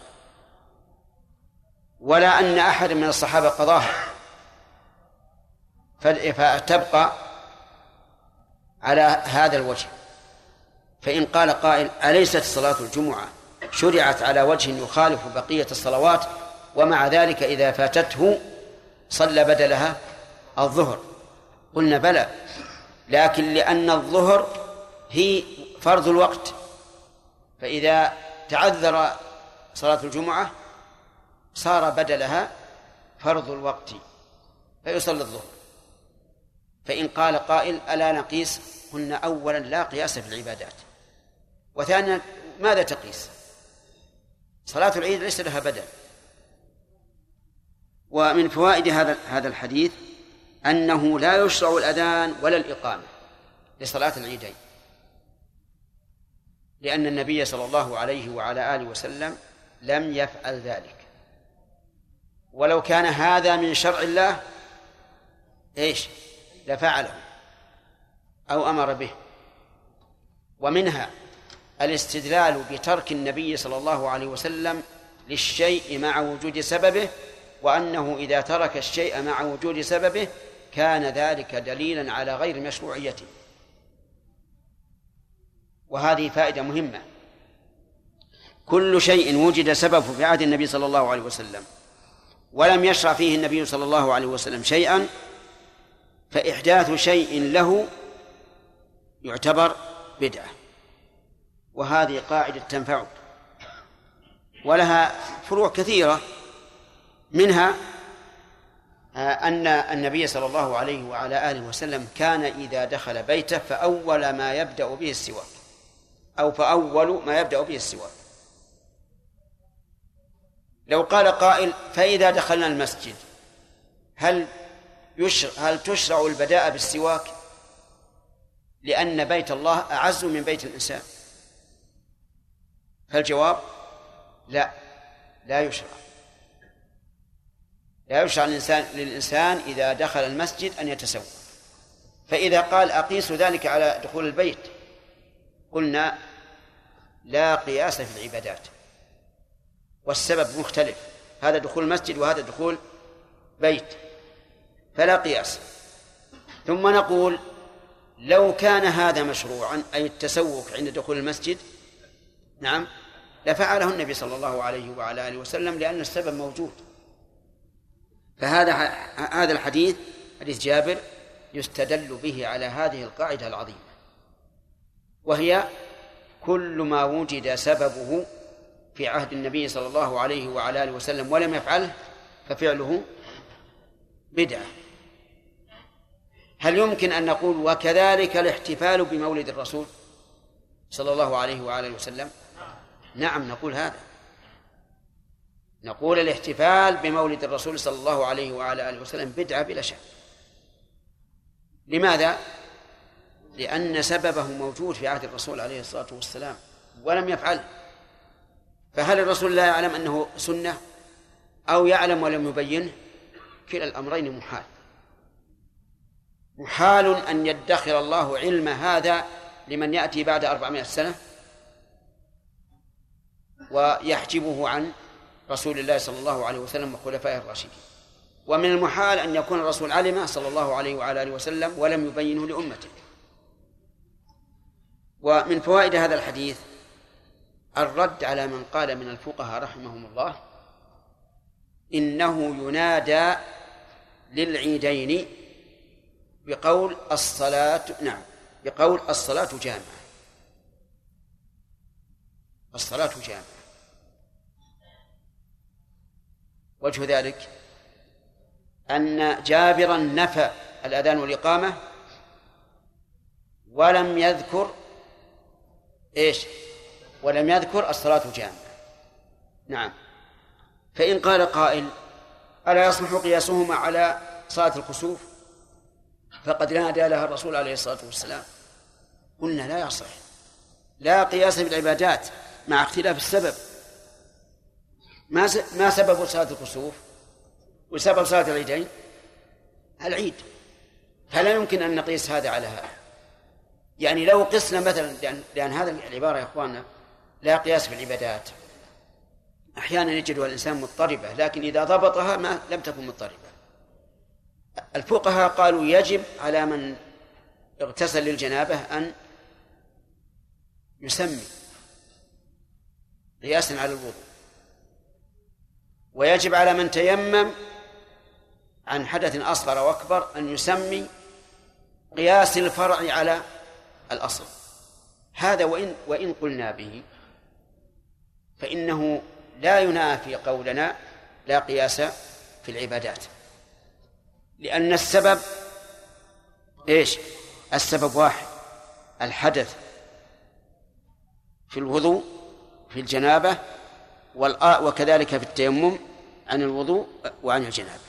ولا أن أحد من الصحابة قضاها، فتبقى على هذا الوجه. فإن قال قائل أليست صلاة الجمعة شرعت على وجه يخالف بقية الصلوات ومع ذلك إذا فاتته صلى بدلها الظهر؟ قلنا بلى، لكن لأن الظهر هي فرض الوقت، فإذا تعذر صلاة الجمعة صار بدلها فرض الوقت فيصلي الظهر. فإن قال قائل ألا نقيس؟ قلنا أولا لا قياس في العبادات، وثانيا ماذا تقيس؟ صلاة العيد ليس لها بدل. ومن فوائد هذا الحديث أنه لا يشرع الأذان ولا الإقامة لصلاة العيدين، لأن النبي صلى الله عليه وعلى آله وسلم لم يفعل ذلك، ولو كان هذا من شرع الله لفعله أو أمر به. ومنها الاستدلال بترك النبي صلى الله عليه وسلم للشيء مع وجود سببه، وأنه إذا ترك الشيء مع وجود سببه كان ذلك دليلا على غير مشروعيته. وهذه فائدة مهمة، كل شيء وجد سببه في عهد النبي صلى الله عليه وسلم ولم يشرع فيه النبي صلى الله عليه وسلم شيئا فإحداث شيء له يعتبر بدعة، وهذه قاعدة تنفع ولها فروع كثيرة، منها أن النبي صلى الله عليه وعلى آله وسلم كان إذا دخل بيته فأول ما يبدأ به السواك، أو فأول ما يبدأ به السواك. لو قال قائل فإذا دخلنا المسجد هل تشرع البداء بالسواك لأن بيت الله أعز من بيت الإنسان؟ فالجواب لا يشرع. لا يشرع للإنسان إذا دخل المسجد أن يتسوق. فإذا قال أقيس ذلك على دخول البيت قلنا لا قياس في العبادات، والسبب مختلف، هذا دخول المسجد وهذا دخول بيت، فلا قياس. ثم نقول لو كان هذا مشروعا أي التسوق عند دخول المسجد نعم لفعله النبي صلى الله عليه وعلى آله وسلم لأن السبب موجود. فهذا الحديث حديث جابر يستدل به على هذه القاعدة العظيمة، وهي كل ما وجد سببه في عهد النبي صلى الله عليه وعلى آله وسلم ولم يفعله ففعله بدعة. هل يمكن أن نقول وكذلك الاحتفال بمولد الرسول صلى الله عليه وعلى آله وسلم؟ نعم نقول هذا، نقول الاحتفال بمولد الرسول صلى الله عليه وعلى آله وسلم بدعة بلا شك. لماذا؟ لأن سببه موجود في عهد الرسول عليه الصلاة والسلام ولم يفعل. فهل الرسول لا يعلم أنه سنة أو يعلم ولم يبينه؟ كلا الأمرين محال. محال أن يدخر الله علم هذا لمن يأتي بعد 400 سنة ويحجبه عن رسول الله صلى الله عليه وسلم وخلفائه الراشدين، ومن المحال أن يكون الرسول علمه صلى الله عليه وعلى آله وسلم ولم يبينه لأمته. ومن فوائد هذا الحديث الرد على من قال من الفقهاء رحمهم الله إنه ينادى للعيدين بقول الصلاة بقول الصلاة جامعة. الصلاة جامعة. وجه ذلك أن جابرا نفى الأذان والإقامة ولم يذكر ولم يذكر الصلاة جامعة. نعم. فإن قال قائل ألا يصلح قياسهما على صلاة الكسوف فقد نادى لها الرسول عليه الصلاة والسلام؟ قلنا لا يصح، لا قياس بالعبادات مع اختلاف السبب. ما سبب صلاة الكسوف وسبب صلاة العيدين؟ العيد، فلا يمكن أن نقيس هذا على هذا. يعني لو قسنا مثلا، لأن هذا العبارة يا أخواننا لا قياس في العبادات، أحيانا يجدها الإنسان مضطربة، لكن إذا ضبطها لم تكن مضطربة. الفقهاء قالوا يجب على من اغتسل للجنابة أن يسمي قياسا على الوضوء، ويجب على من تيمم عن حدث أصغر وأكبر أن يسمي قياس الفرع على الأصل. هذا وإن قلنا به فإنه لا ينافي قولنا لا قياس في العبادات، لأن السبب السبب واحد، الحدث في الوضوء في الجنابة وكذلك في التيمم عن الوضوء وعن الجنابة.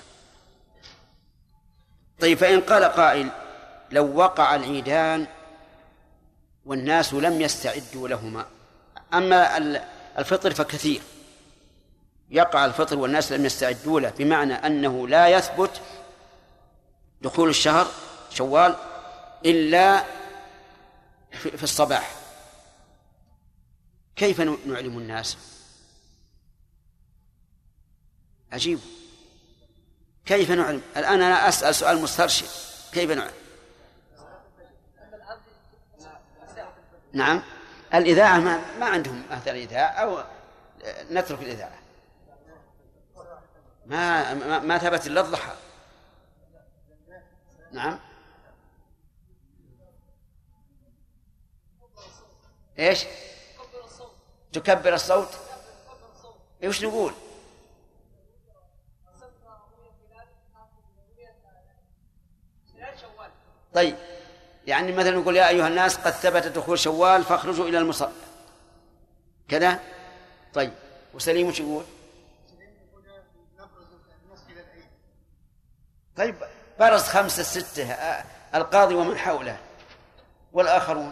طيب، فإن قال قائل لو وقع العيدان والناس لم يستعدوا لهما، أما الفطر فكثير يقع الفطر والناس لم يستعدوا له، بمعنى أنه لا يثبت دخول الشهر شوال إلا في الصباح، كيف نعلم الناس؟ عجيب، كيف نعلم؟ الآن أنا أسأل سؤال مسترشد، كيف نعلم؟ نعم، الإذاعة ما عندهم أثر الإذاعة، أو نترك الإذاعة، ما ثبت إلا الضحى. نعم، إيش؟ تكبر الصوت. إيش نقول؟ طيب، يعني مثلا نقول يا أيها الناس قد ثبت دخول شوال فاخرجوا إلى المصلى كذا. طيب، وسليم وش يقول؟ طيب، برز 5 6 القاضي ومن حوله والآخرون.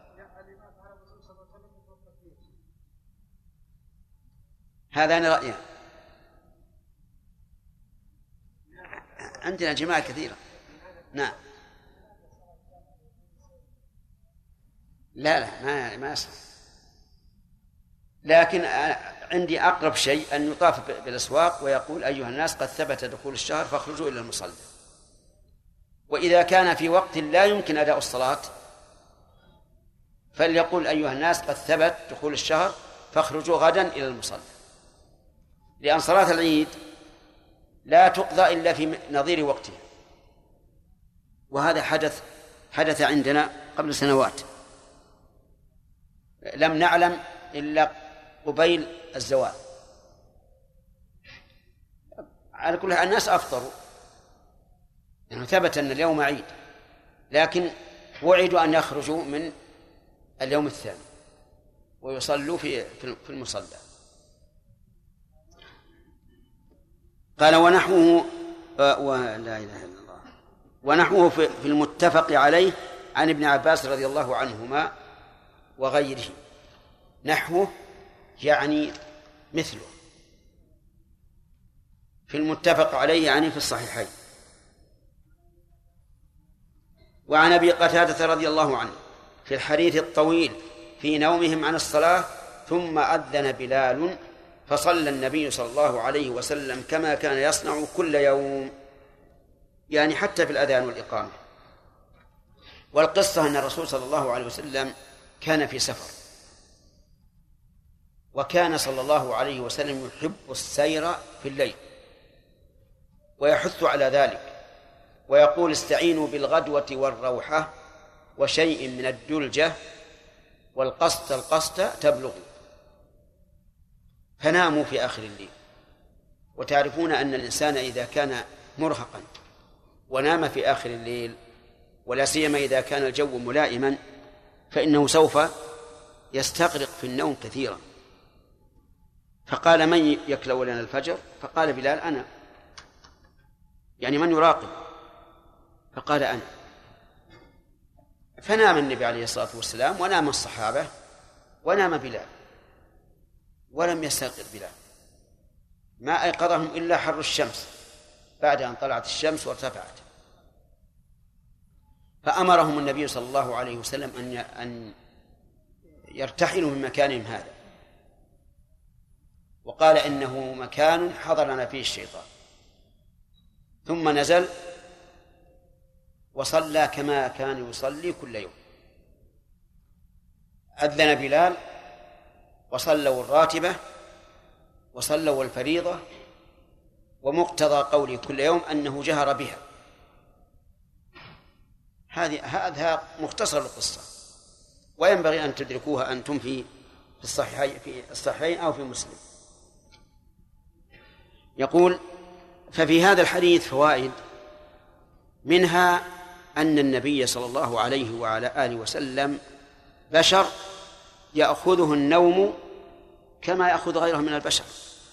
هذان رأيان، عندنا جماعة كثيرة. نعم، لا ما يصح، لكن عندي أقرب شيء أن يطاف بالأسواق ويقول أيها الناس قد ثبت دخول الشهر فاخرجوا إلى المصلى، وإذا كان في وقت لا يمكن أداء الصلاة فليقول أيها الناس قد ثبت دخول الشهر فاخرجوا غدا إلى المصلى، لأن صلاة العيد لا تقضى إلا في نظير وقتها، وهذا حدث عندنا قبل سنوات لم نعلم إلا قبيل الزوال. على كل حال الناس أفطروا، يعني ثبت أن اليوم عيد، لكن وعدوا أن يخرجوا من اليوم الثاني ويصلوا في المصلى. قال ونحوه لا إله إلا الله، ونحوه في المتفق عليه عن ابن عباس رضي الله عنهما وغيره. نحوه يعني مثله، في المتفق عليه يعني في الصحيحين. وعن أبي قتادة رضي الله عنه في الحديث الطويل في نومهم عن الصلاة ثم أذن بلال فصلى النبي صلى الله عليه وسلم كما كان يصنع كل يوم، يعني حتى في الأذان والإقامة. والقصة أن الرسول صلى الله عليه وسلم كان في سفر، وكان صلى الله عليه وسلم يحب السير في الليل ويحث على ذلك، ويقول استعينوا بالغدوة والروحة وشيء من الدلجة والقسط تبلغوا، فناموا في آخر الليل. وتعرفون أن الإنسان إذا كان مرهقا ونام في آخر الليل، ولا سيما إذا كان الجو ملائما، فإنه سوف يستغرق في النوم كثيرا. فقال من يكلو لنا الفجر؟ فقال بلال أنا، يعني من يراقب؟ فقال أنا. فنام النبي عليه الصلاة والسلام ونام الصحابة ونام بلال، ولم يستيقظ بلال، ما أيقظهم إلا حر الشمس بعد أن طلعت الشمس وارتفعت. فأمرهم النبي صلى الله عليه وسلم أن يرتحلوا من مكانهم هذا، وقال إنه مكان حضرنا فيه الشيطان. ثم نزل وصلى كما كان يصلي كل يوم. أذن بلال وصلوا الراتبة وصلوا الفريضة، ومقتضى قوله كل يوم أنه جهر بها. هذا مختصر القصة، وينبغي أن تدركوها أنتم في الصحيحين أو في مسلم. يقول ففي هذا الحديث فوائد، منها أن النبي صلى الله عليه وعلى آله وسلم بشر يأخذه النوم كما يأخذ غيره من البشر،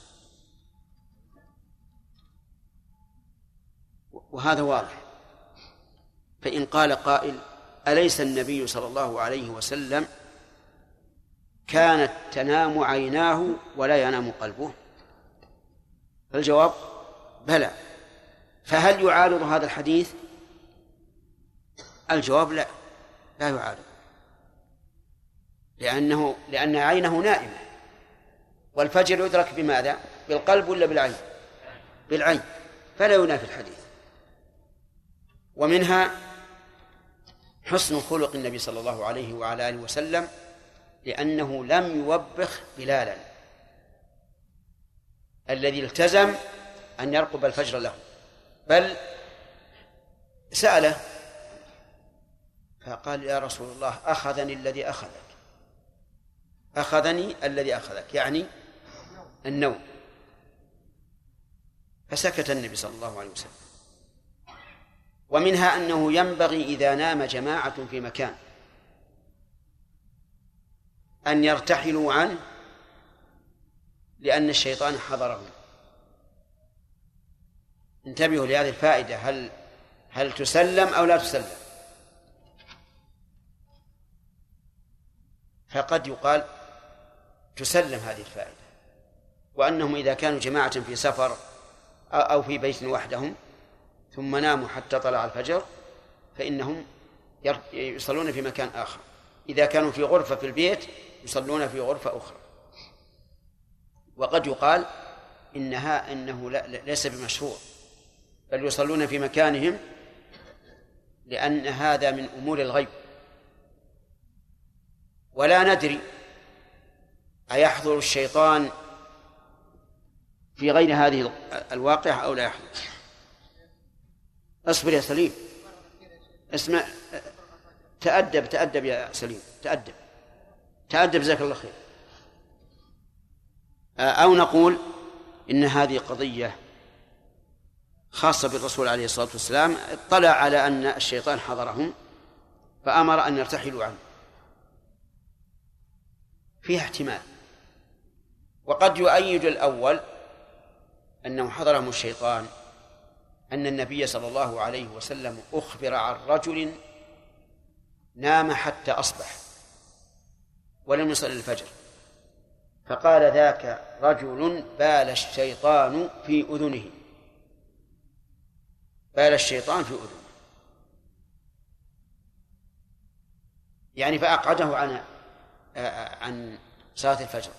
وهذا واضح. فإن قال قائل أليس النبي صلى الله عليه وسلم كانت تنام عيناه ولا ينام قلبه؟ الجواب بلى. فهل يعارض هذا الحديث؟ الجواب لا يعارض، لأن عينه نائمة، والفجر يدرك بماذا؟ بالقلب ولا بالعين؟ بالعين، فلا ينافي الحديث. ومنها حسن خلق النبي صلى الله عليه وعلى آله وسلم، لأنه لم يوبخ بلالا الذي التزم أن يرقب الفجر له، بل سأله فقال يا رسول الله أخذني الذي أخذك، يعني النوم. فسكت النبي صلى الله عليه وسلم. ومنها أنه ينبغي إذا نام جماعة في مكان أن يرتحلوا عنه، لأن الشيطان حضرهم. انتبهوا لهذه الفائدة، هل تسلم أو لا تسلم؟ فقد يقال تسلم هذه الفائدة، وأنهم إذا كانوا جماعة في سفر أو في بيت وحدهم ثم ناموا حتى طلع الفجر فإنهم يصلون في مكان آخر. إذا كانوا في غرفة في البيت يصلون في غرفة أخرى. وقد يقال إنه ليس بمشروع، بل يصلون في مكانهم لأن هذا من أمور الغيب، ولا ندري أيحضر الشيطان في غير هذه الواقعة أو لا يحضر. اصبر يا سليم، اسمع، تأدب يا سليم، تأدب جزاك الله خير. أو نقول إن هذه قضية خاصة بالرسول عليه الصلاة والسلام، اطلع على أن الشيطان حضرهم فأمر أن يرتحلوا عنه، فيها احتمال. وقد يؤيد الأول أنه حضرهم الشيطان أن النبي صلى الله عليه وسلم أخبر عن رجل نام حتى أصبح ولم يصل الفجر، فقال ذاك رجل بال الشيطان في أذنه، بال الشيطان في أذنه، يعني فأقعده عن صلاة الفجر.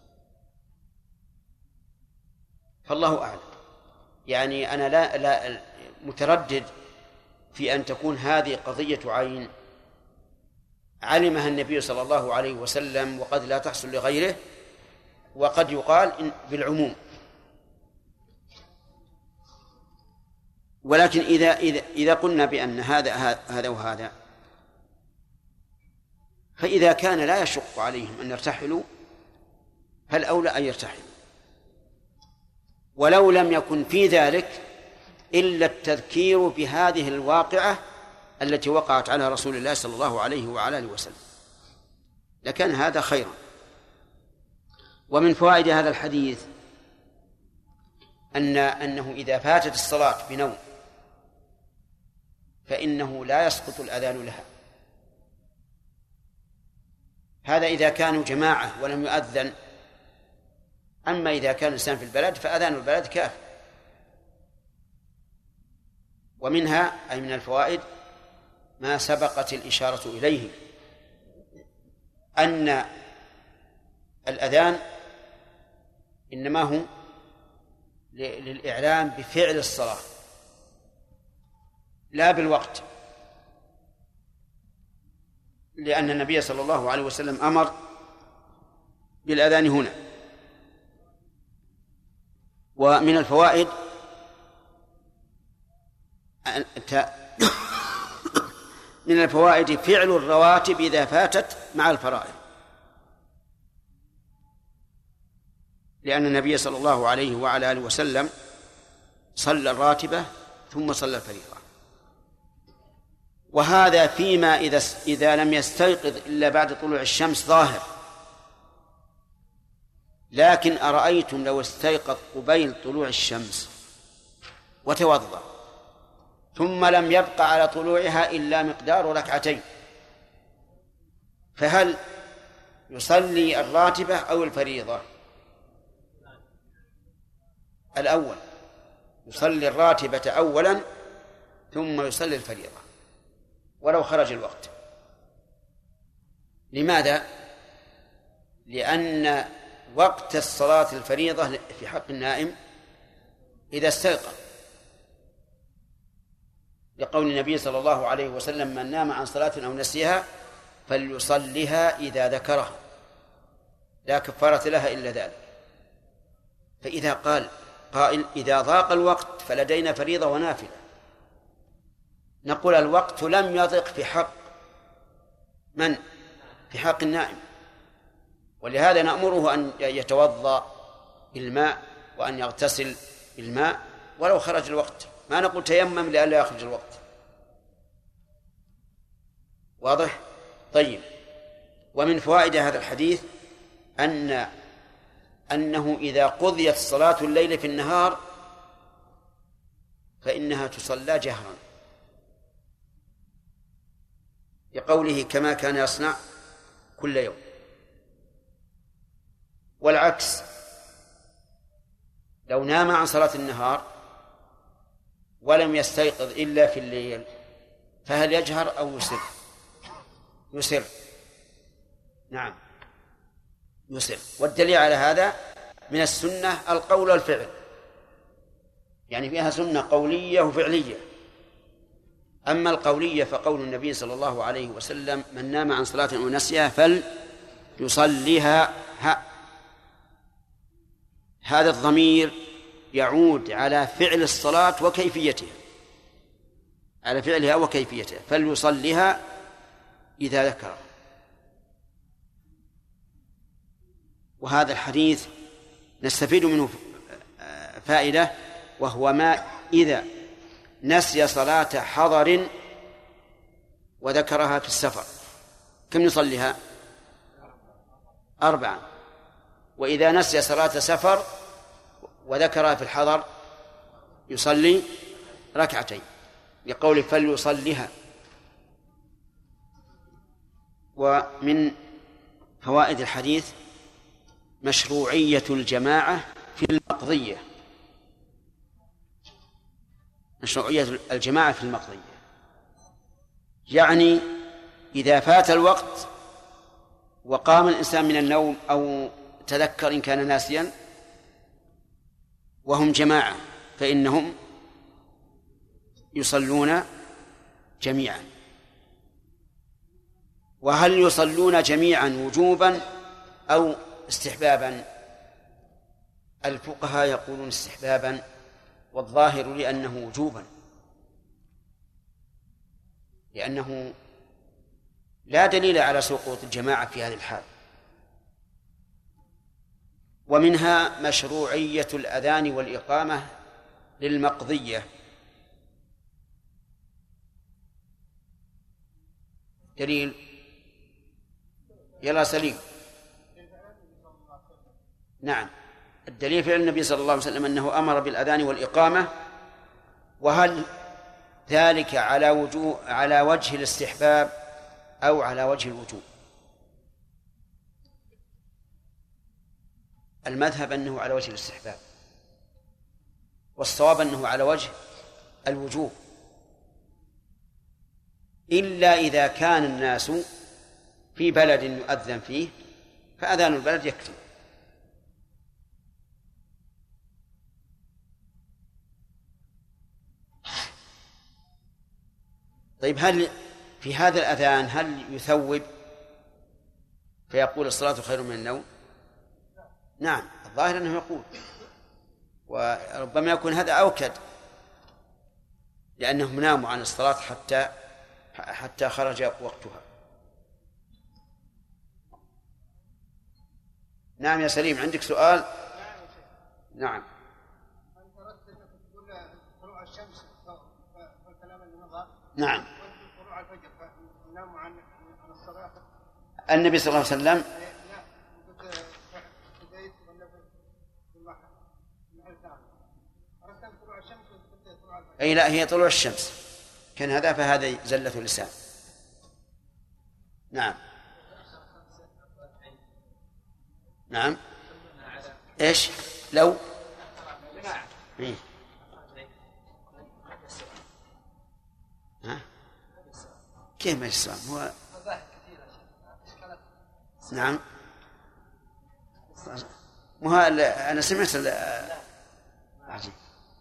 فالله أعلم، يعني أنا لا متردد في أن تكون هذه قضية عين علمها النبي صلى الله عليه وسلم وقد لا تحصل لغيره، وقد يقال بالعموم. ولكن إذا قلنا بأن هذا وهذا، فإذا كان لا يشق عليهم أن يرتحلوا فالأولى أن يرتحلوا، ولو لم يكن في ذلك إلا التذكير بهذه الواقعة التي وقعت على رسول الله صلى الله عليه وعلى آله وسلم لكان هذا خيرا. ومن فوائد هذا الحديث أنه إذا فاتت الصلاة بنوم فإنه لا يسقط الأذان لها، هذا إذا كانوا جماعة ولم يؤذن. أما إذا كان الإنسان في البلد فأذان البلد كاف. ومنها أي من الفوائد ما سبقت الإشارة إليه، أن الأذان إنما هو للإعلام بفعل الصلاة لا بالوقت، لأن النبي صلى الله عليه وسلم أمر بالأذان هنا. ومن الفوائد من الفوائد فعل الرواتب إذا فاتت مع الفرائض، لأن النبي صلى الله عليه وعلى آله وسلم صلى الراتبة ثم صلى الفريضة. وهذا فيما إذا لم يستيقظ إلا بعد طلوع الشمس ظاهر. لكن أرأيتم لو استيقظ قبيل طلوع الشمس وتوضأ ثم لم يبق على طلوعها إلا مقدار ركعتين، فهل يصلي الراتبة أو الفريضة؟ الأول، يصلي الراتبة أولا ثم يصلي الفريضة ولو خرج الوقت. لماذا؟ لأن وقت الصلاة الفريضة في حق النائم إذا استيقظ، لقول النبي صلى الله عليه وسلم من نام عن صلاة أو نسيها فليصلها إذا ذكرها لا كفارة لها إلا ذلك. فإذا قال قائل إذا ضاق الوقت فلدينا فريضة ونافلة، نقول الوقت لم يضق في حق من؟ في حق النائم، ولهذا نأمره أن يتوضأ بالماء وأن يغتسل بالماء ولو خرج الوقت، ما نقول تيمم لئلا يخرج الوقت. واضح؟ طيب. ومن فوائد هذا الحديث أنه إذا قضيت صلاة الليل في النهار فإنها تصلى جهرا، لقوله كما كان يصنع كل يوم. والعكس، لو نام عن صلاة النهار ولم يستيقظ إلا في الليل فهل يجهر أو يسر؟ يسر، نعم يسر. والدليل على هذا من السنة القول والفعل، يعني فيها سنة قولية وفعلية. أما القولية فقول النبي صلى الله عليه وسلم: من نام عن صلاة أو نسيها فليصليها. هذا الضمير يعود على فعل الصلاة وكيفيتها، على فعلها وكيفيتها، فليصليها إذا ذكر. وهذا الحديث نستفيد منه فائدة، وهو ما إذا نسي صلاة حضر وذكرها في السفر كم يصليها؟ 4. وإذا نسي صلاة سفر وذكرها في الحضر يصلي 2 لقول فليصليها. ومن فوائد الحديث مشروعية الجماعة في المقضية، مشروعية الجماعة في المقضية، يعني إذا فات الوقت وقام الإنسان من النوم أو تذكر إن كان ناسيا وهم جماعة فإنهم يصلون جميعا. وهل يصلون جميعا وجوبا أو استحبابا؟ الفقهاء يقولون استحبابا، والظاهر لأنه وجوبا، لأنه لا دليل على سقوط الجماعة في هذه الحال. ومنها مشروعية الأذان والإقامة للمقضية. دليل؟ يلا سليم. نعم، الدليل فعل النبي صلى الله عليه وسلم أنه أمر بالأذان والإقامة. وهل ذلك على وجه الاستحباب أو على وجه الوجوب؟ المذهب أنه على وجه الاستحباب، والصواب أنه على وجه الوجوب، إلا إذا كان الناس في بلد يؤذن فيه فأذان البلد يكفي. طيب، هل في هذا الأذان هل يثوب فيقول الصلاة خير من النوم؟ نعم، الظاهر أنه يقول، وربما يكون هذا أوكد، لأنهم ناموا عن الصلاة حتى خرج وقتها. نعم يا سليم، عندك سؤال؟ نعم. نعم. النبي صلى الله عليه وسلم أي لا، هي طلوع الشمس كان هذا، فهذا زلة اللسان. نعم. نعم. إيش لو إيه؟ ها؟ كيف ما السؤال هو؟ نعم. أنا سمعت عجيب.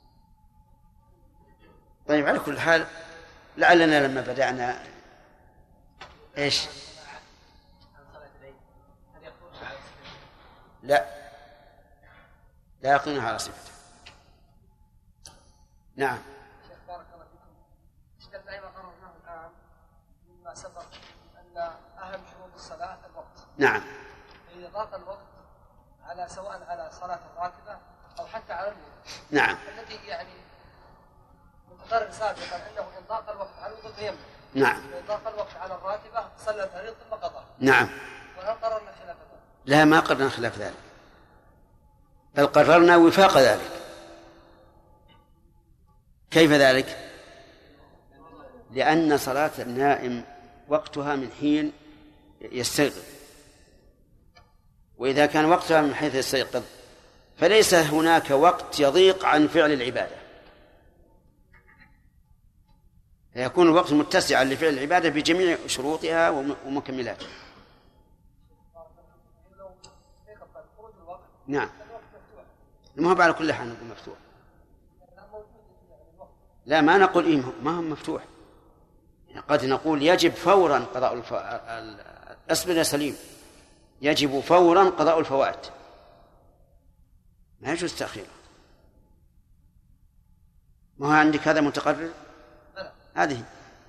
طيب، على كل حال لعلنا لما بدأنا إيش؟ لا يقينها على صفته. نعم. شيخ بارك الله فيكم، اشتد ما قررناه الآن مما سبق أن أهم شروط الصلاة الوقت. نعم. إذا ضاق الوقت سواء على صلاة الراتبة أو حتى على الوضوء. نعم. الذي يعني متقرر سابقا أنه إن ضاق الوقت على الوضوء فيمنع. نعم. وإن ضاق الوقت على الراتبة صلى الفريضة ثم قضى. نعم. وهل قررنا خلاف ذلك؟ لا، ما قررنا خلاف ذلك، بل قررنا وفاق ذلك. كيف ذلك؟ لأن صلاة النائم وقتها من حين يستيقظ، وإذا كان وقتها من حيث يستيقظ فليس هناك وقت يضيق عن فعل العبادة، فيكون الوقت متسعا لفعل العبادة بجميع شروطها ومكملاتها. نعم. ما هو على كل حال نقول مفتوح. لا، ما نقول إيه ما هو مفتوح، قد نقول يجب فورا قضاء أصبر يا سليم، يجب فورا قضاء الفوات، ما يجوز تأخيره. ما هو عندك هذا متقرر؟ هذه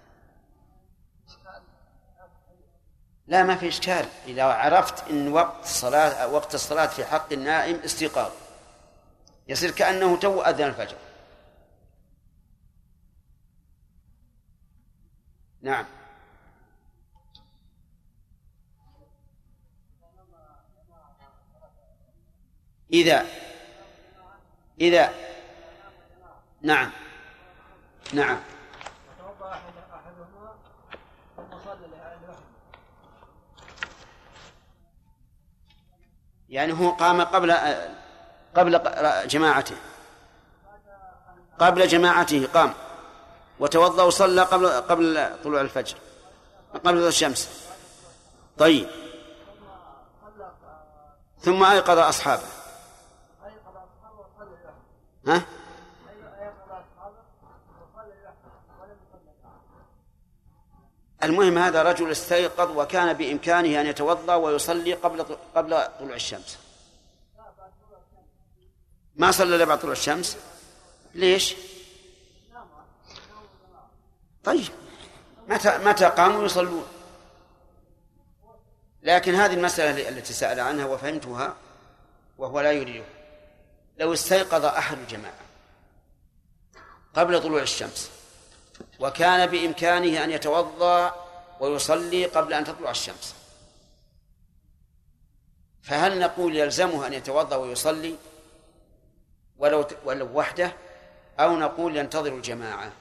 لا، ما في إشكال إذا عرفت أن وقت الصلاة في حق النائم استيقاظ، يصير كأنه تو أذن الفجر. نعم. إذا نعم يعني هو قام قبل جماعته، قام وتوضأ وصلى قبل طلوع الفجر، قبل طلوع الشمس. طيب، ثم أيقظ أصحابه. ها؟ المهم هذا رجل استيقظ وكان بإمكانه أن يتوضأ ويصلي قبل طلوع الشمس، ما صلى إلا بعد طلوع الشمس. ليش؟ طيب متى قاموا يصلون؟ لكن هذه المسألة التي سأل عنها وفهمتها وهو لا يريده، لو استيقظ أحد الجماعة قبل طلوع الشمس وكان بإمكانه أن يتوضأ ويصلي قبل أن تطلع الشمس، فهل نقول يلزمه أن يتوضأ ويصلي ولو وحده، أو نقول ينتظر الجماعة؟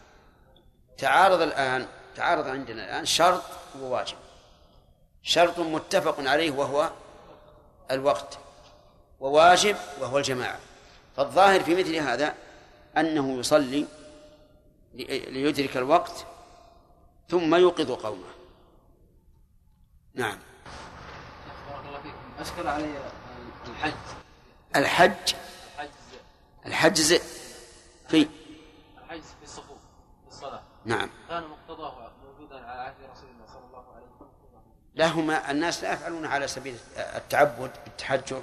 تعارض عندنا الآن شرط وواجب. شرط متفق عليه وهو الوقت، وواجب وهو الجماعة. فالظاهر في مثل هذا أنه يصلي ليدرك الوقت ثم يوقظ قومه. نعم. بارك الله فيكم. أشكل علي الحجز في الصفوف في الصلاة. نعم. كان مقتضاه موجودا على عهد رسول الله صلى الله عليه وسلم. لا، الناس لا يفعلون على سبيل التعبد بالتحجر،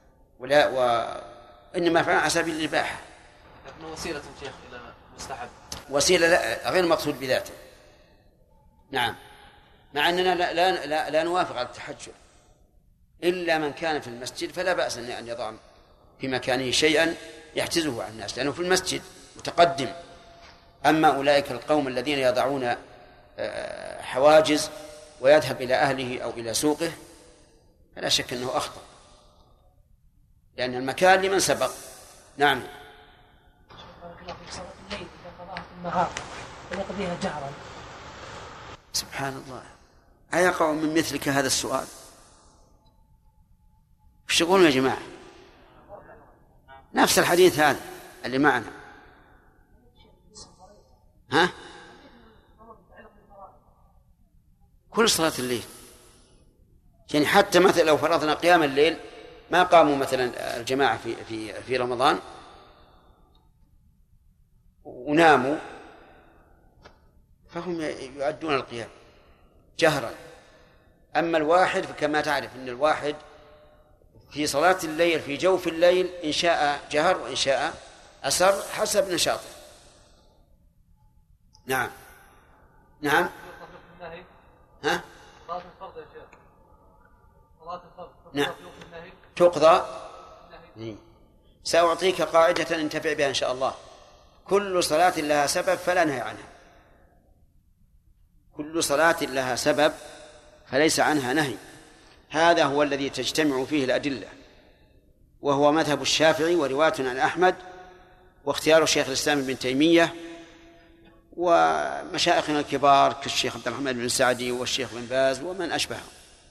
وإنما يفعلون على سبيل الإباحة. لكنه وسيلة شيخ إلى مستحب، وسيلة غير مقصود بذاته. نعم، مع أننا لا نوافق على التحجر إلا من كان في المسجد، فلا بأس أن يضع في مكانه شيئا يحجزه عن الناس لأنه في المسجد متقدم. أما أولئك القوم الذين يضعون حواجز ويذهب إلى أهله أو إلى سوقه فلا شك أنه أخطأ، لأن المكان لمن سبق. نعم. صلاة الليل إذا قضاها في النهار ويقضيها جهرا. سبحان الله، أيقع من مثلك هذا السؤال؟ وش يقولون يا جماعة؟ نفس الحديث هذا اللي معنا. ها؟ كل صلاة الليل، يعني حتى مثلا لو فرضنا قيام الليل ما قاموا مثلا الجماعة في رمضان وناموا، فهم يؤدون القيام جهرا. أما الواحد فكما تعرف أن الواحد في صلاة الليل في جوف الليل إن شاء جهر وإن شاء أسر حسب نشاطه. نعم. ها؟ صلاة الفرض يا شيخ، صلاة الفرض نعم تقضى. سأعطيك قاعدة انتفع بها إن شاء الله. كل صلاة لها سبب فلا نهي عنها، كل صلاة لها سبب فليس عنها نهي. هذا هو الذي تجتمع فيه الأدلة، وهو مذهب الشافعي ورواية عن أحمد واختيار شيخ الإسلام ابن تيمية ومشايخنا الكبار كالشيخ عبد الرحمن بن سعدي والشيخ بن باز ومن أشبههم.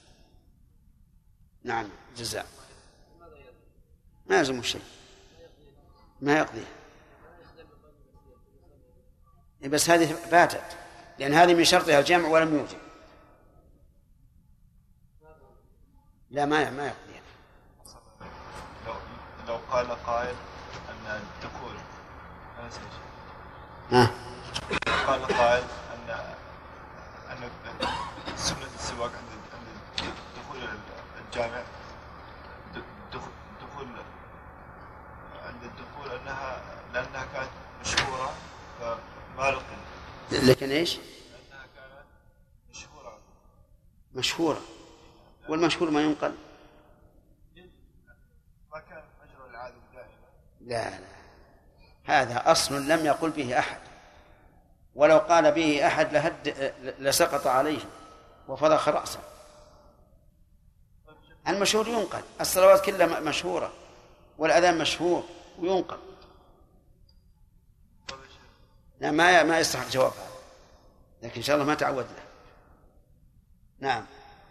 نعم. جزاء ما يلزم شيء، ما يقضي، بس هذه فاتت لأن هذه من شرطها الجمع ولم يوجد. لا ما يقضي. لو قال قائل أن الدخول قال قائل أن الوقت عند دخول الجامع، دخول عند الدخول لأنها كانت مشهورة فما لقي. لكن إيش؟ لأنها كانت مشهورة والمشهور ما ينقل. ما كان مجرى العادة دائما. لا هذا أصل لم يقل به أحد، ولو قال به أحد لسقط عليه وفضخ رأسه. المشهور ينقل، الصلوات كلها مشهورة والأذان مشهور وينقل. لا ما يستحق جواب هذا، لكن إن شاء الله ما تعود له. نعم.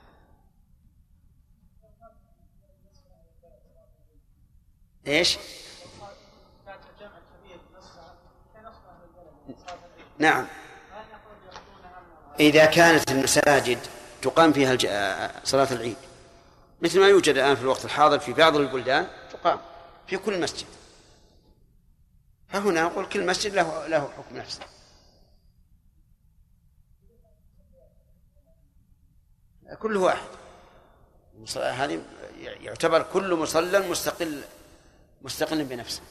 إيش؟ نعم. إذا كانت المساجد تقام فيها صلاة العيد مثل ما يوجد الآن في الوقت الحاضر في بعض البلدان، تقام في كل مسجد، فهنا نقول كل مسجد له حكم نفسه. كل واحد هذه يعتبر كل مصلى مستقل بنفسه.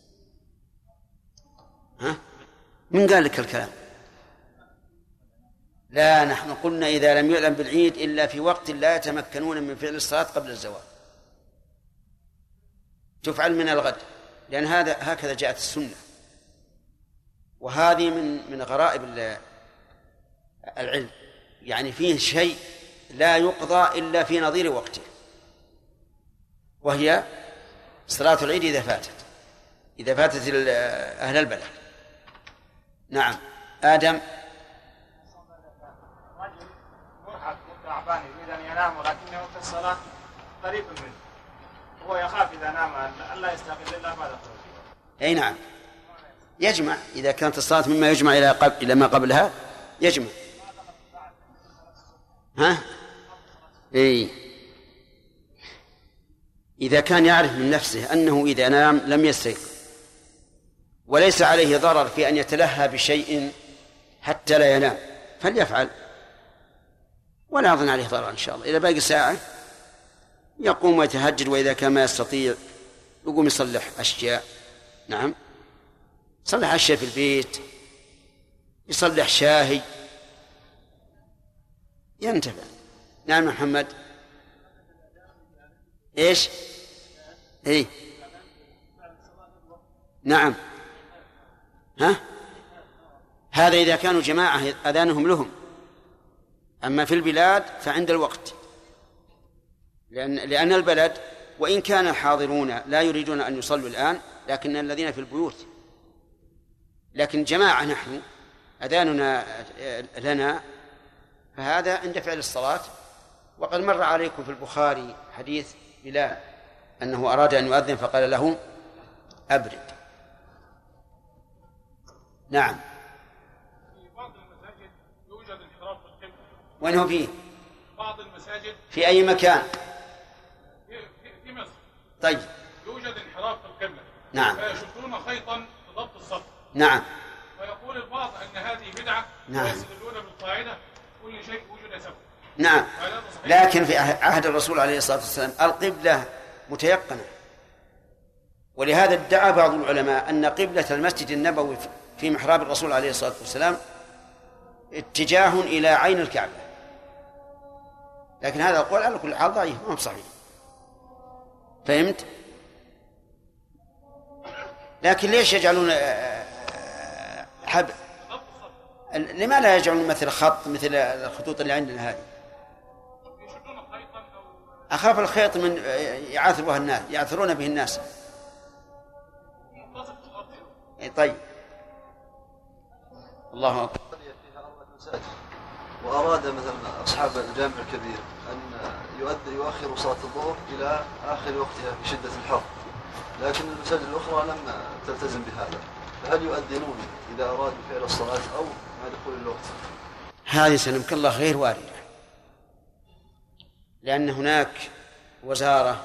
ها؟ من قال لك الكلام؟ لا، نحن قلنا إذا لم يعلم بالعيد إلا في وقت لا يتمكنون من فعل الصلاة قبل الزوال تفعل من الغد، لأن هكذا جاءت السنة، وهذه من غرائب العلم، يعني فيه شيء لا يقضى إلا في نظير وقته، وهي صلاة العيد إذا فاتت أهل البلد. نعم. آدم. رجل مرهق تعبان يريد أن ينام ولكنه في الصلاة قريب منه، هو يخاف إذا نام ألا يستغل الله بعد خروجه. أي نعم، يجمع إذا كانت الصلاة مما يجمع إلى ما قبلها يجمع. ها؟ إيه، إذا كان يعرف من نفسه أنه إذا نام لم يستيقظ وليس عليه ضرر في أن يتلهى بشيء حتى لا ينام فليفعل، ولا أظن عليه ضرر إن شاء الله. إذا باقي ساعة يقوم ويتهجد، وإذا كان ما يستطيع يقوم يصلح أشياء. نعم، يصلح أشياء في البيت، يصلح شاهي، ينتفع. نعم محمد. إيش؟ إيه نعم. ها؟ هذا إذا كانوا جماعة أذانهم لهم، أما في البلاد فعند الوقت، لأن البلد وإن كان الحاضرون لا يريدون أن يصلوا الآن، لكن الذين في البيوت، لكن جماعة نحن أذاننا لنا، فهذا عند فعل الصلاة. وقد مر عليكم في البخاري حديث بلال أنه أراد أن يؤذن فقال له أبرد. نعم. في بعض المساجد يوجد انحراف في القبلة. وين هو فيه؟ بعض المساجد. في أي مكان؟ في مصر. طيب. يوجد انحراف في القبلة. نعم. فيشدون خيطا لضبط الصف. نعم. ويقول البعض أن هذه بدعة. نعم. ويستدلون بالقاعدة كل شيء وجد سبب. نعم. لكن في عهد الرسول عليه الصلاة والسلام القبلة متيقنة، ولهذا ادعى بعض العلماء أن قبلة المسجد النبوي في محراب الرسول عليه الصلاة والسلام اتجاه إلى عين الكعبة، لكن هذا القول على كل حال ضعيف، ما هو صحيح. فهمت؟ لكن ليش يجعلون حبل؟ لما لا يجعلون مثل خط مثل الخطوط اللي عندنا هذه؟ أخاف الخيط من يعثرون به الناس. طيب. الله أكبر. وأراد مثلا أصحاب الجامع الكبير أن يؤخر صلاة الظهر إلى آخر وقتها في شدة الحر، لكن المساجد الأخرى لم تلتزم بهذا، فهل يؤذنون إذا أرادوا فعل الصلاة أو ما دخول الوقت؟ هذه سلمك الله غير واردة، لأن هناك وزارة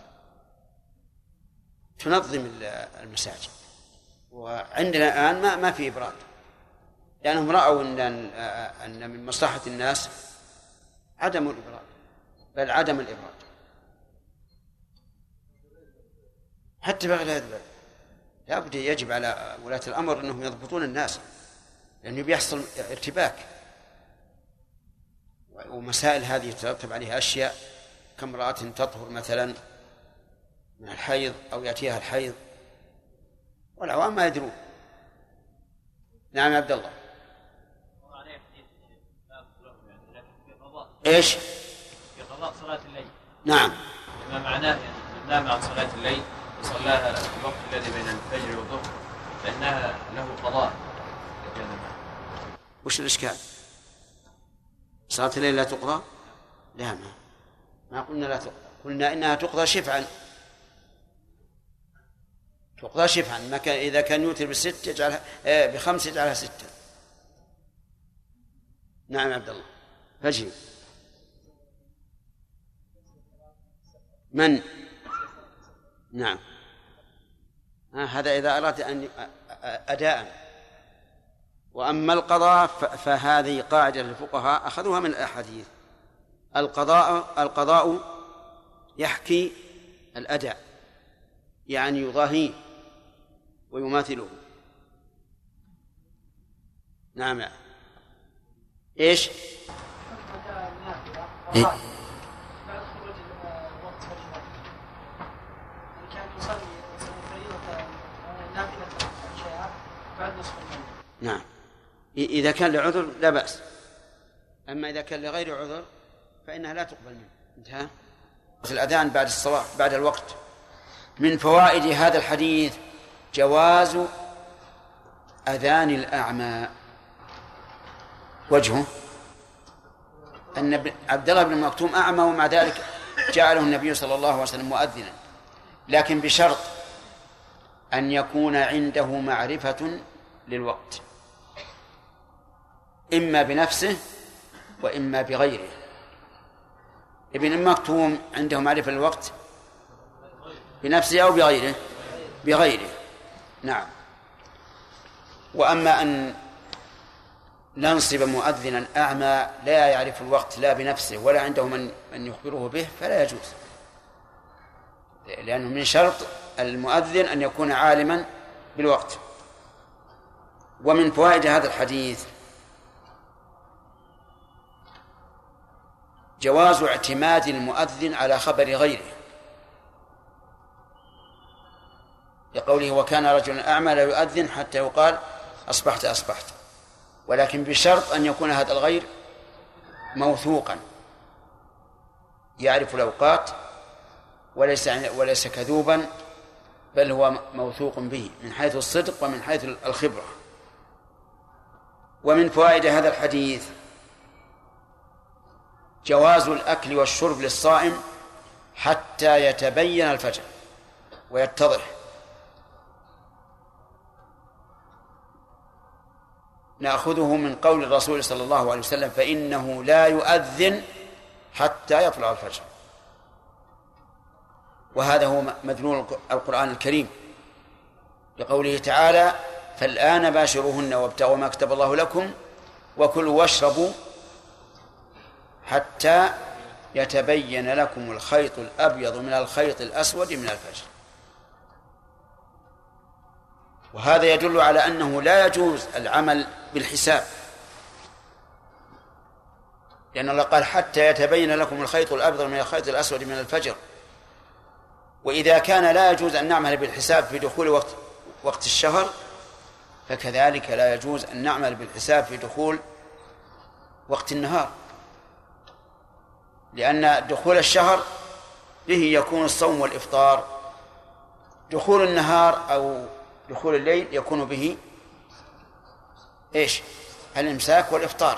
تنظم المساجد، وعندنا الآن ما في إبراد، لأنهم رأوا أن من مصلحة الناس عدم الإبراد، بل عدم الإبراد حتى بغير هذا البلد. لابد يجب على ولاة الأمر أنهم يضبطون الناس، لأنه بيحصل ارتباك، ومسائل هذه يترتب عليها أشياء كامرأة تطهر مثلا من الحيض أو يأتيها الحيض والعوام ما يدرون. نعم يا عبد الله. ايش؟ في قضاء صلاة الليل. نعم. ما معناه يعني نام عن صلاة الليل وصلاها في الوقت الذي بين الفجر والظهر فإنها له قضاء. وش الإشكال؟ صلاة الليل لا تقضى؟ لا، ما قلنا لا تقضى، قلنا إنها تقضى شفعا، تقضى شفعا. ما كان إذا كان يوتر بالست يجعلها بخمس يجعلها ستة. نعم يا عبد الله. فجي من؟ نعم. هذا إذا أردت أن أداء. وأما القضاء فهذه قاعدة للفقهاء أخذوها من الأحاديث. القضاء يحكي الأداء، يعني يضاهيه ويماثله. نعم. إيش؟ إيه؟ نعم، إذا كان لعذر لا بأس، أما إذا كان لغير عذر فإنها لا تقبل منه. انتهى. الأذان بعد الصلاة بعد الوقت. من فوائد هذا الحديث جواز أذان الأعمى. وجهه أن عبد الله بن مكتوم أعمى ومع ذلك جعله النبي صلى الله عليه وسلم مؤذنا، لكن بشرط أن يكون عنده معرفة للوقت، إما بنفسه وإما بغيره. ابن مكتوم عنده معرفة للوقت بنفسه أو بغيره؟ بغيره. نعم. وأما أن ننصب مؤذنا أعمى لا يعرف الوقت لا بنفسه ولا عنده من يخبره به فلا يجوز، لأنه من شرط المؤذن أن يكون عالما بالوقت. ومن فوائد هذا الحديث جواز اعتماد المؤذن على خبر غيره، لقوله وكان رجل أعمى لا يؤذن حتى يقال أصبحت أصبحت، ولكن بشرط أن يكون هذا الغير موثوقا يعرف الأوقات وليس كذوبا، بل هو موثوق به من حيث الصدق ومن حيث الخبرة. ومن فوائد هذا الحديث جواز الأكل والشرب للصائم حتى يتبين الفجر ويتضح. نأخذه من قول الرسول صلى الله عليه وسلم فإنه لا يؤذن حتى يطلع الفجر، وهذا هو مدلول القرآن الكريم لقوله تعالى فالآن باشروهن وابتغوا ما كتب الله لكم وكلوا واشربوا حتى يتبين لكم الخيط الأبيض من الخيط الأسود من الفجر. وهذا يدل على أنه لا يجوز العمل بالحساب، لأن الله قال حتى يتبين لكم الخيط الأبيض من الخيط الأسود من الفجر. وإذا كان لا يجوز أن نعمل بالحساب في دخول وقت الشهر، فكذلك لا يجوز أن نعمل بالحساب في دخول وقت النهار، لأن دخول الشهر به يكون الصوم والإفطار، دخول النهار أو دخول الليل يكون به إيش؟ الإمساك والإفطار.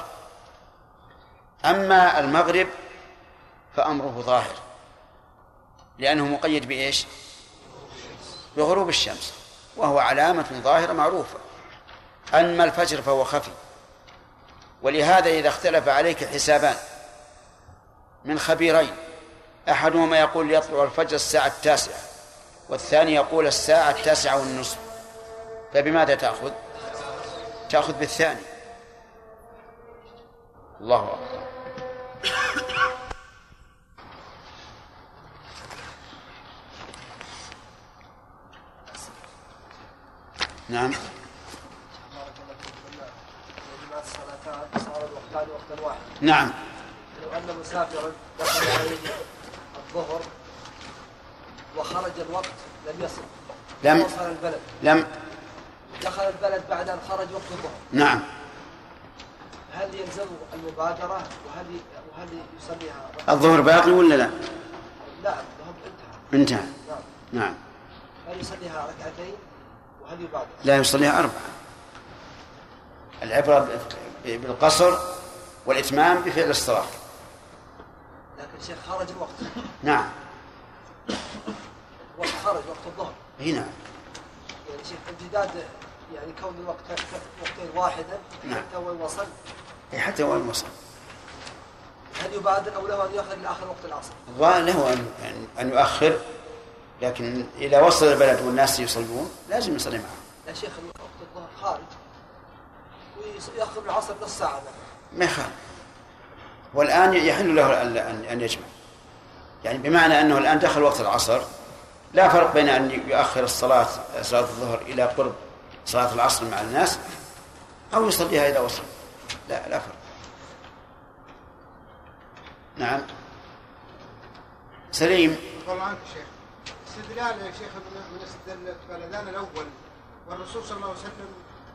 أما المغرب فأمره ظاهر، لأنه مقيد بإيش؟ بغروب الشمس، وهو علامة ظاهرة معروفة. أما الفجر فهو خفي، ولهذا إذا اختلف عليك حسابان من خبيرين، أحدهما يقول يطلع الفجر الساعة 9 والثاني يقول الساعة 9:30، فبماذا تأخذ؟ تأخذ بالثاني. الله أكبر. نعم. الصلاتان صار الوقتان وقتا واحدا. نعم. لو أن مسافرا دخل عليه الظهر وخرج الوقت لم يصل. لم وصل البلد. لم دخل البلد بعد أن خرج وقت الظهر. نعم. هل يلزم المبادرة وهل يصليها؟ الظهر باقي ولا لا؟ لا، الظهر انتهى. نعم. نعم. هل يصليها ركعتين وهل يبادر؟ لا، يصليها 4. العبرة بالقصر والإتمام بفعل الصلاة. لكن شيخ خرج الوقت. نعم. وقت خرج وقت الظهر. هنا يعني شيخ امتداد يعني كون الوقت وقتين واحدا. نعم. حتى وين وصل. حتى وين وصل. هل يبادر أو له أن يؤخر لآخر وقت العصر؟ له أن يؤخر، لكن إذا وصل البلد والناس يصلون لازم يصلي معه. يا شيخ وقت الظهر خارج ويأخر العصر نص ساعة. ما يخالف. والآن يحل له أن يجمع، يعني بمعنى أنه الآن دخل وقت العصر، لا فرق بين أن يؤخر صلاة الظهر إلى قرب صلاة العصر مع الناس أو يصليها إذا وصل. لا فرق. نعم. سليم. والله عنك شيخ، استدلال يا شيخ من الأذان الأول، والرسول صلى الله عليه وسلم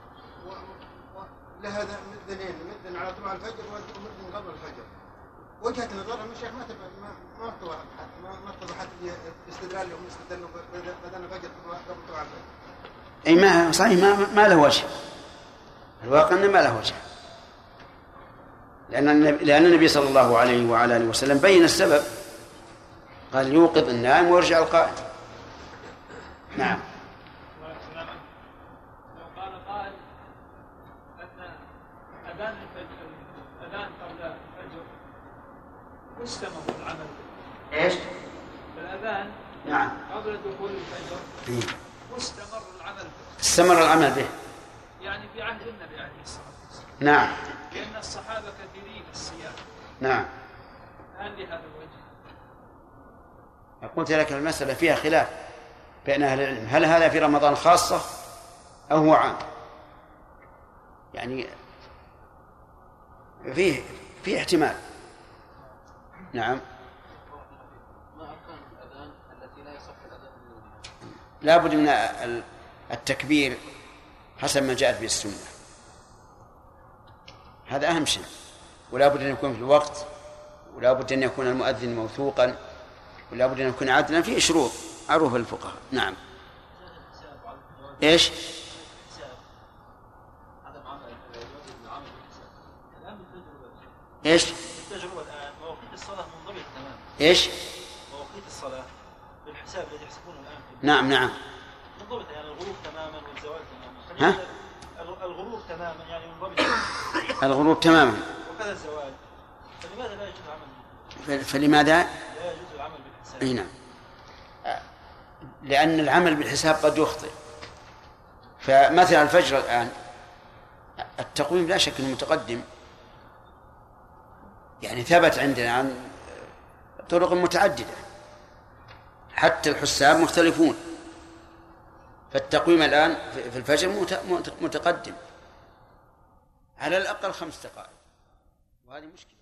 له مدنين، مدن على طلوع الفجر ومدن قبل الفجر. وجهة نظرهم يا شيخ ما اتضحت الاستدلال اللي هم استدلوا بأذان الفجر قبل طلوع الفجر. أي ما صحيح، ما له وجه. الواقع أنه ما له وجه، لأن النبي صلى الله عليه وعلى آله وسلم بين السبب، قال يوقظ النائم ويرجع القائم. نعم. لو قال قائل أن أذان الفجر أذان قبل الفجر مستمر العمل به. إيش؟ الأذان نعم قبل دخول الفجر مستمر العمل به. استمر العمل به. يعني في عهد النبي عليه الصلاة والسلام. نعم. لأن الصحابة كثيرين الصيام. نعم. هل لهذا الوجه؟ قلت لك المسألة فيها خلاف بين أهل العلم، هل هذا في رمضان خاصة أو هو عام؟ يعني فيه احتمال. نعم. ما أركان الأذان التي لا يصح الأذان بدونها؟ لا بد من التكبير حسب ما جاءت به السنة، هذا أهم شيء، ولا بد أن يكون في الوقت، ولا بد أن يكون المؤذن موثوقا، ولا بد أن يكون عادلا. فيه شروط معروفة للفقهاء. نعم. إيش؟ إيش؟ التجربة الآن مواقيت الصلاة منضبطة تماما. إيش؟ مواقيت الصلاة بالحساب الذي يحسبونه الآن. نعم. منضبطة، يعني الغروب تماما والزوال تماما. الغروب تماما يعني منضبطة. الغروب تماما. وكذا الزوال. فلماذا لا يجوز العمل؟ فلماذا؟ لا يجوز العمل بالحساب. نعم. لأن العمل بالحساب قد يخطئ. فمثلا الفجر الآن التقويم لا شك أنه متقدم، يعني ثبت عندنا عن طرق متعددة، حتى الحساب مختلفون، فالتقويم الآن في الفجر متقدم على الأقل 5 دقائق، وهذه مشكلة.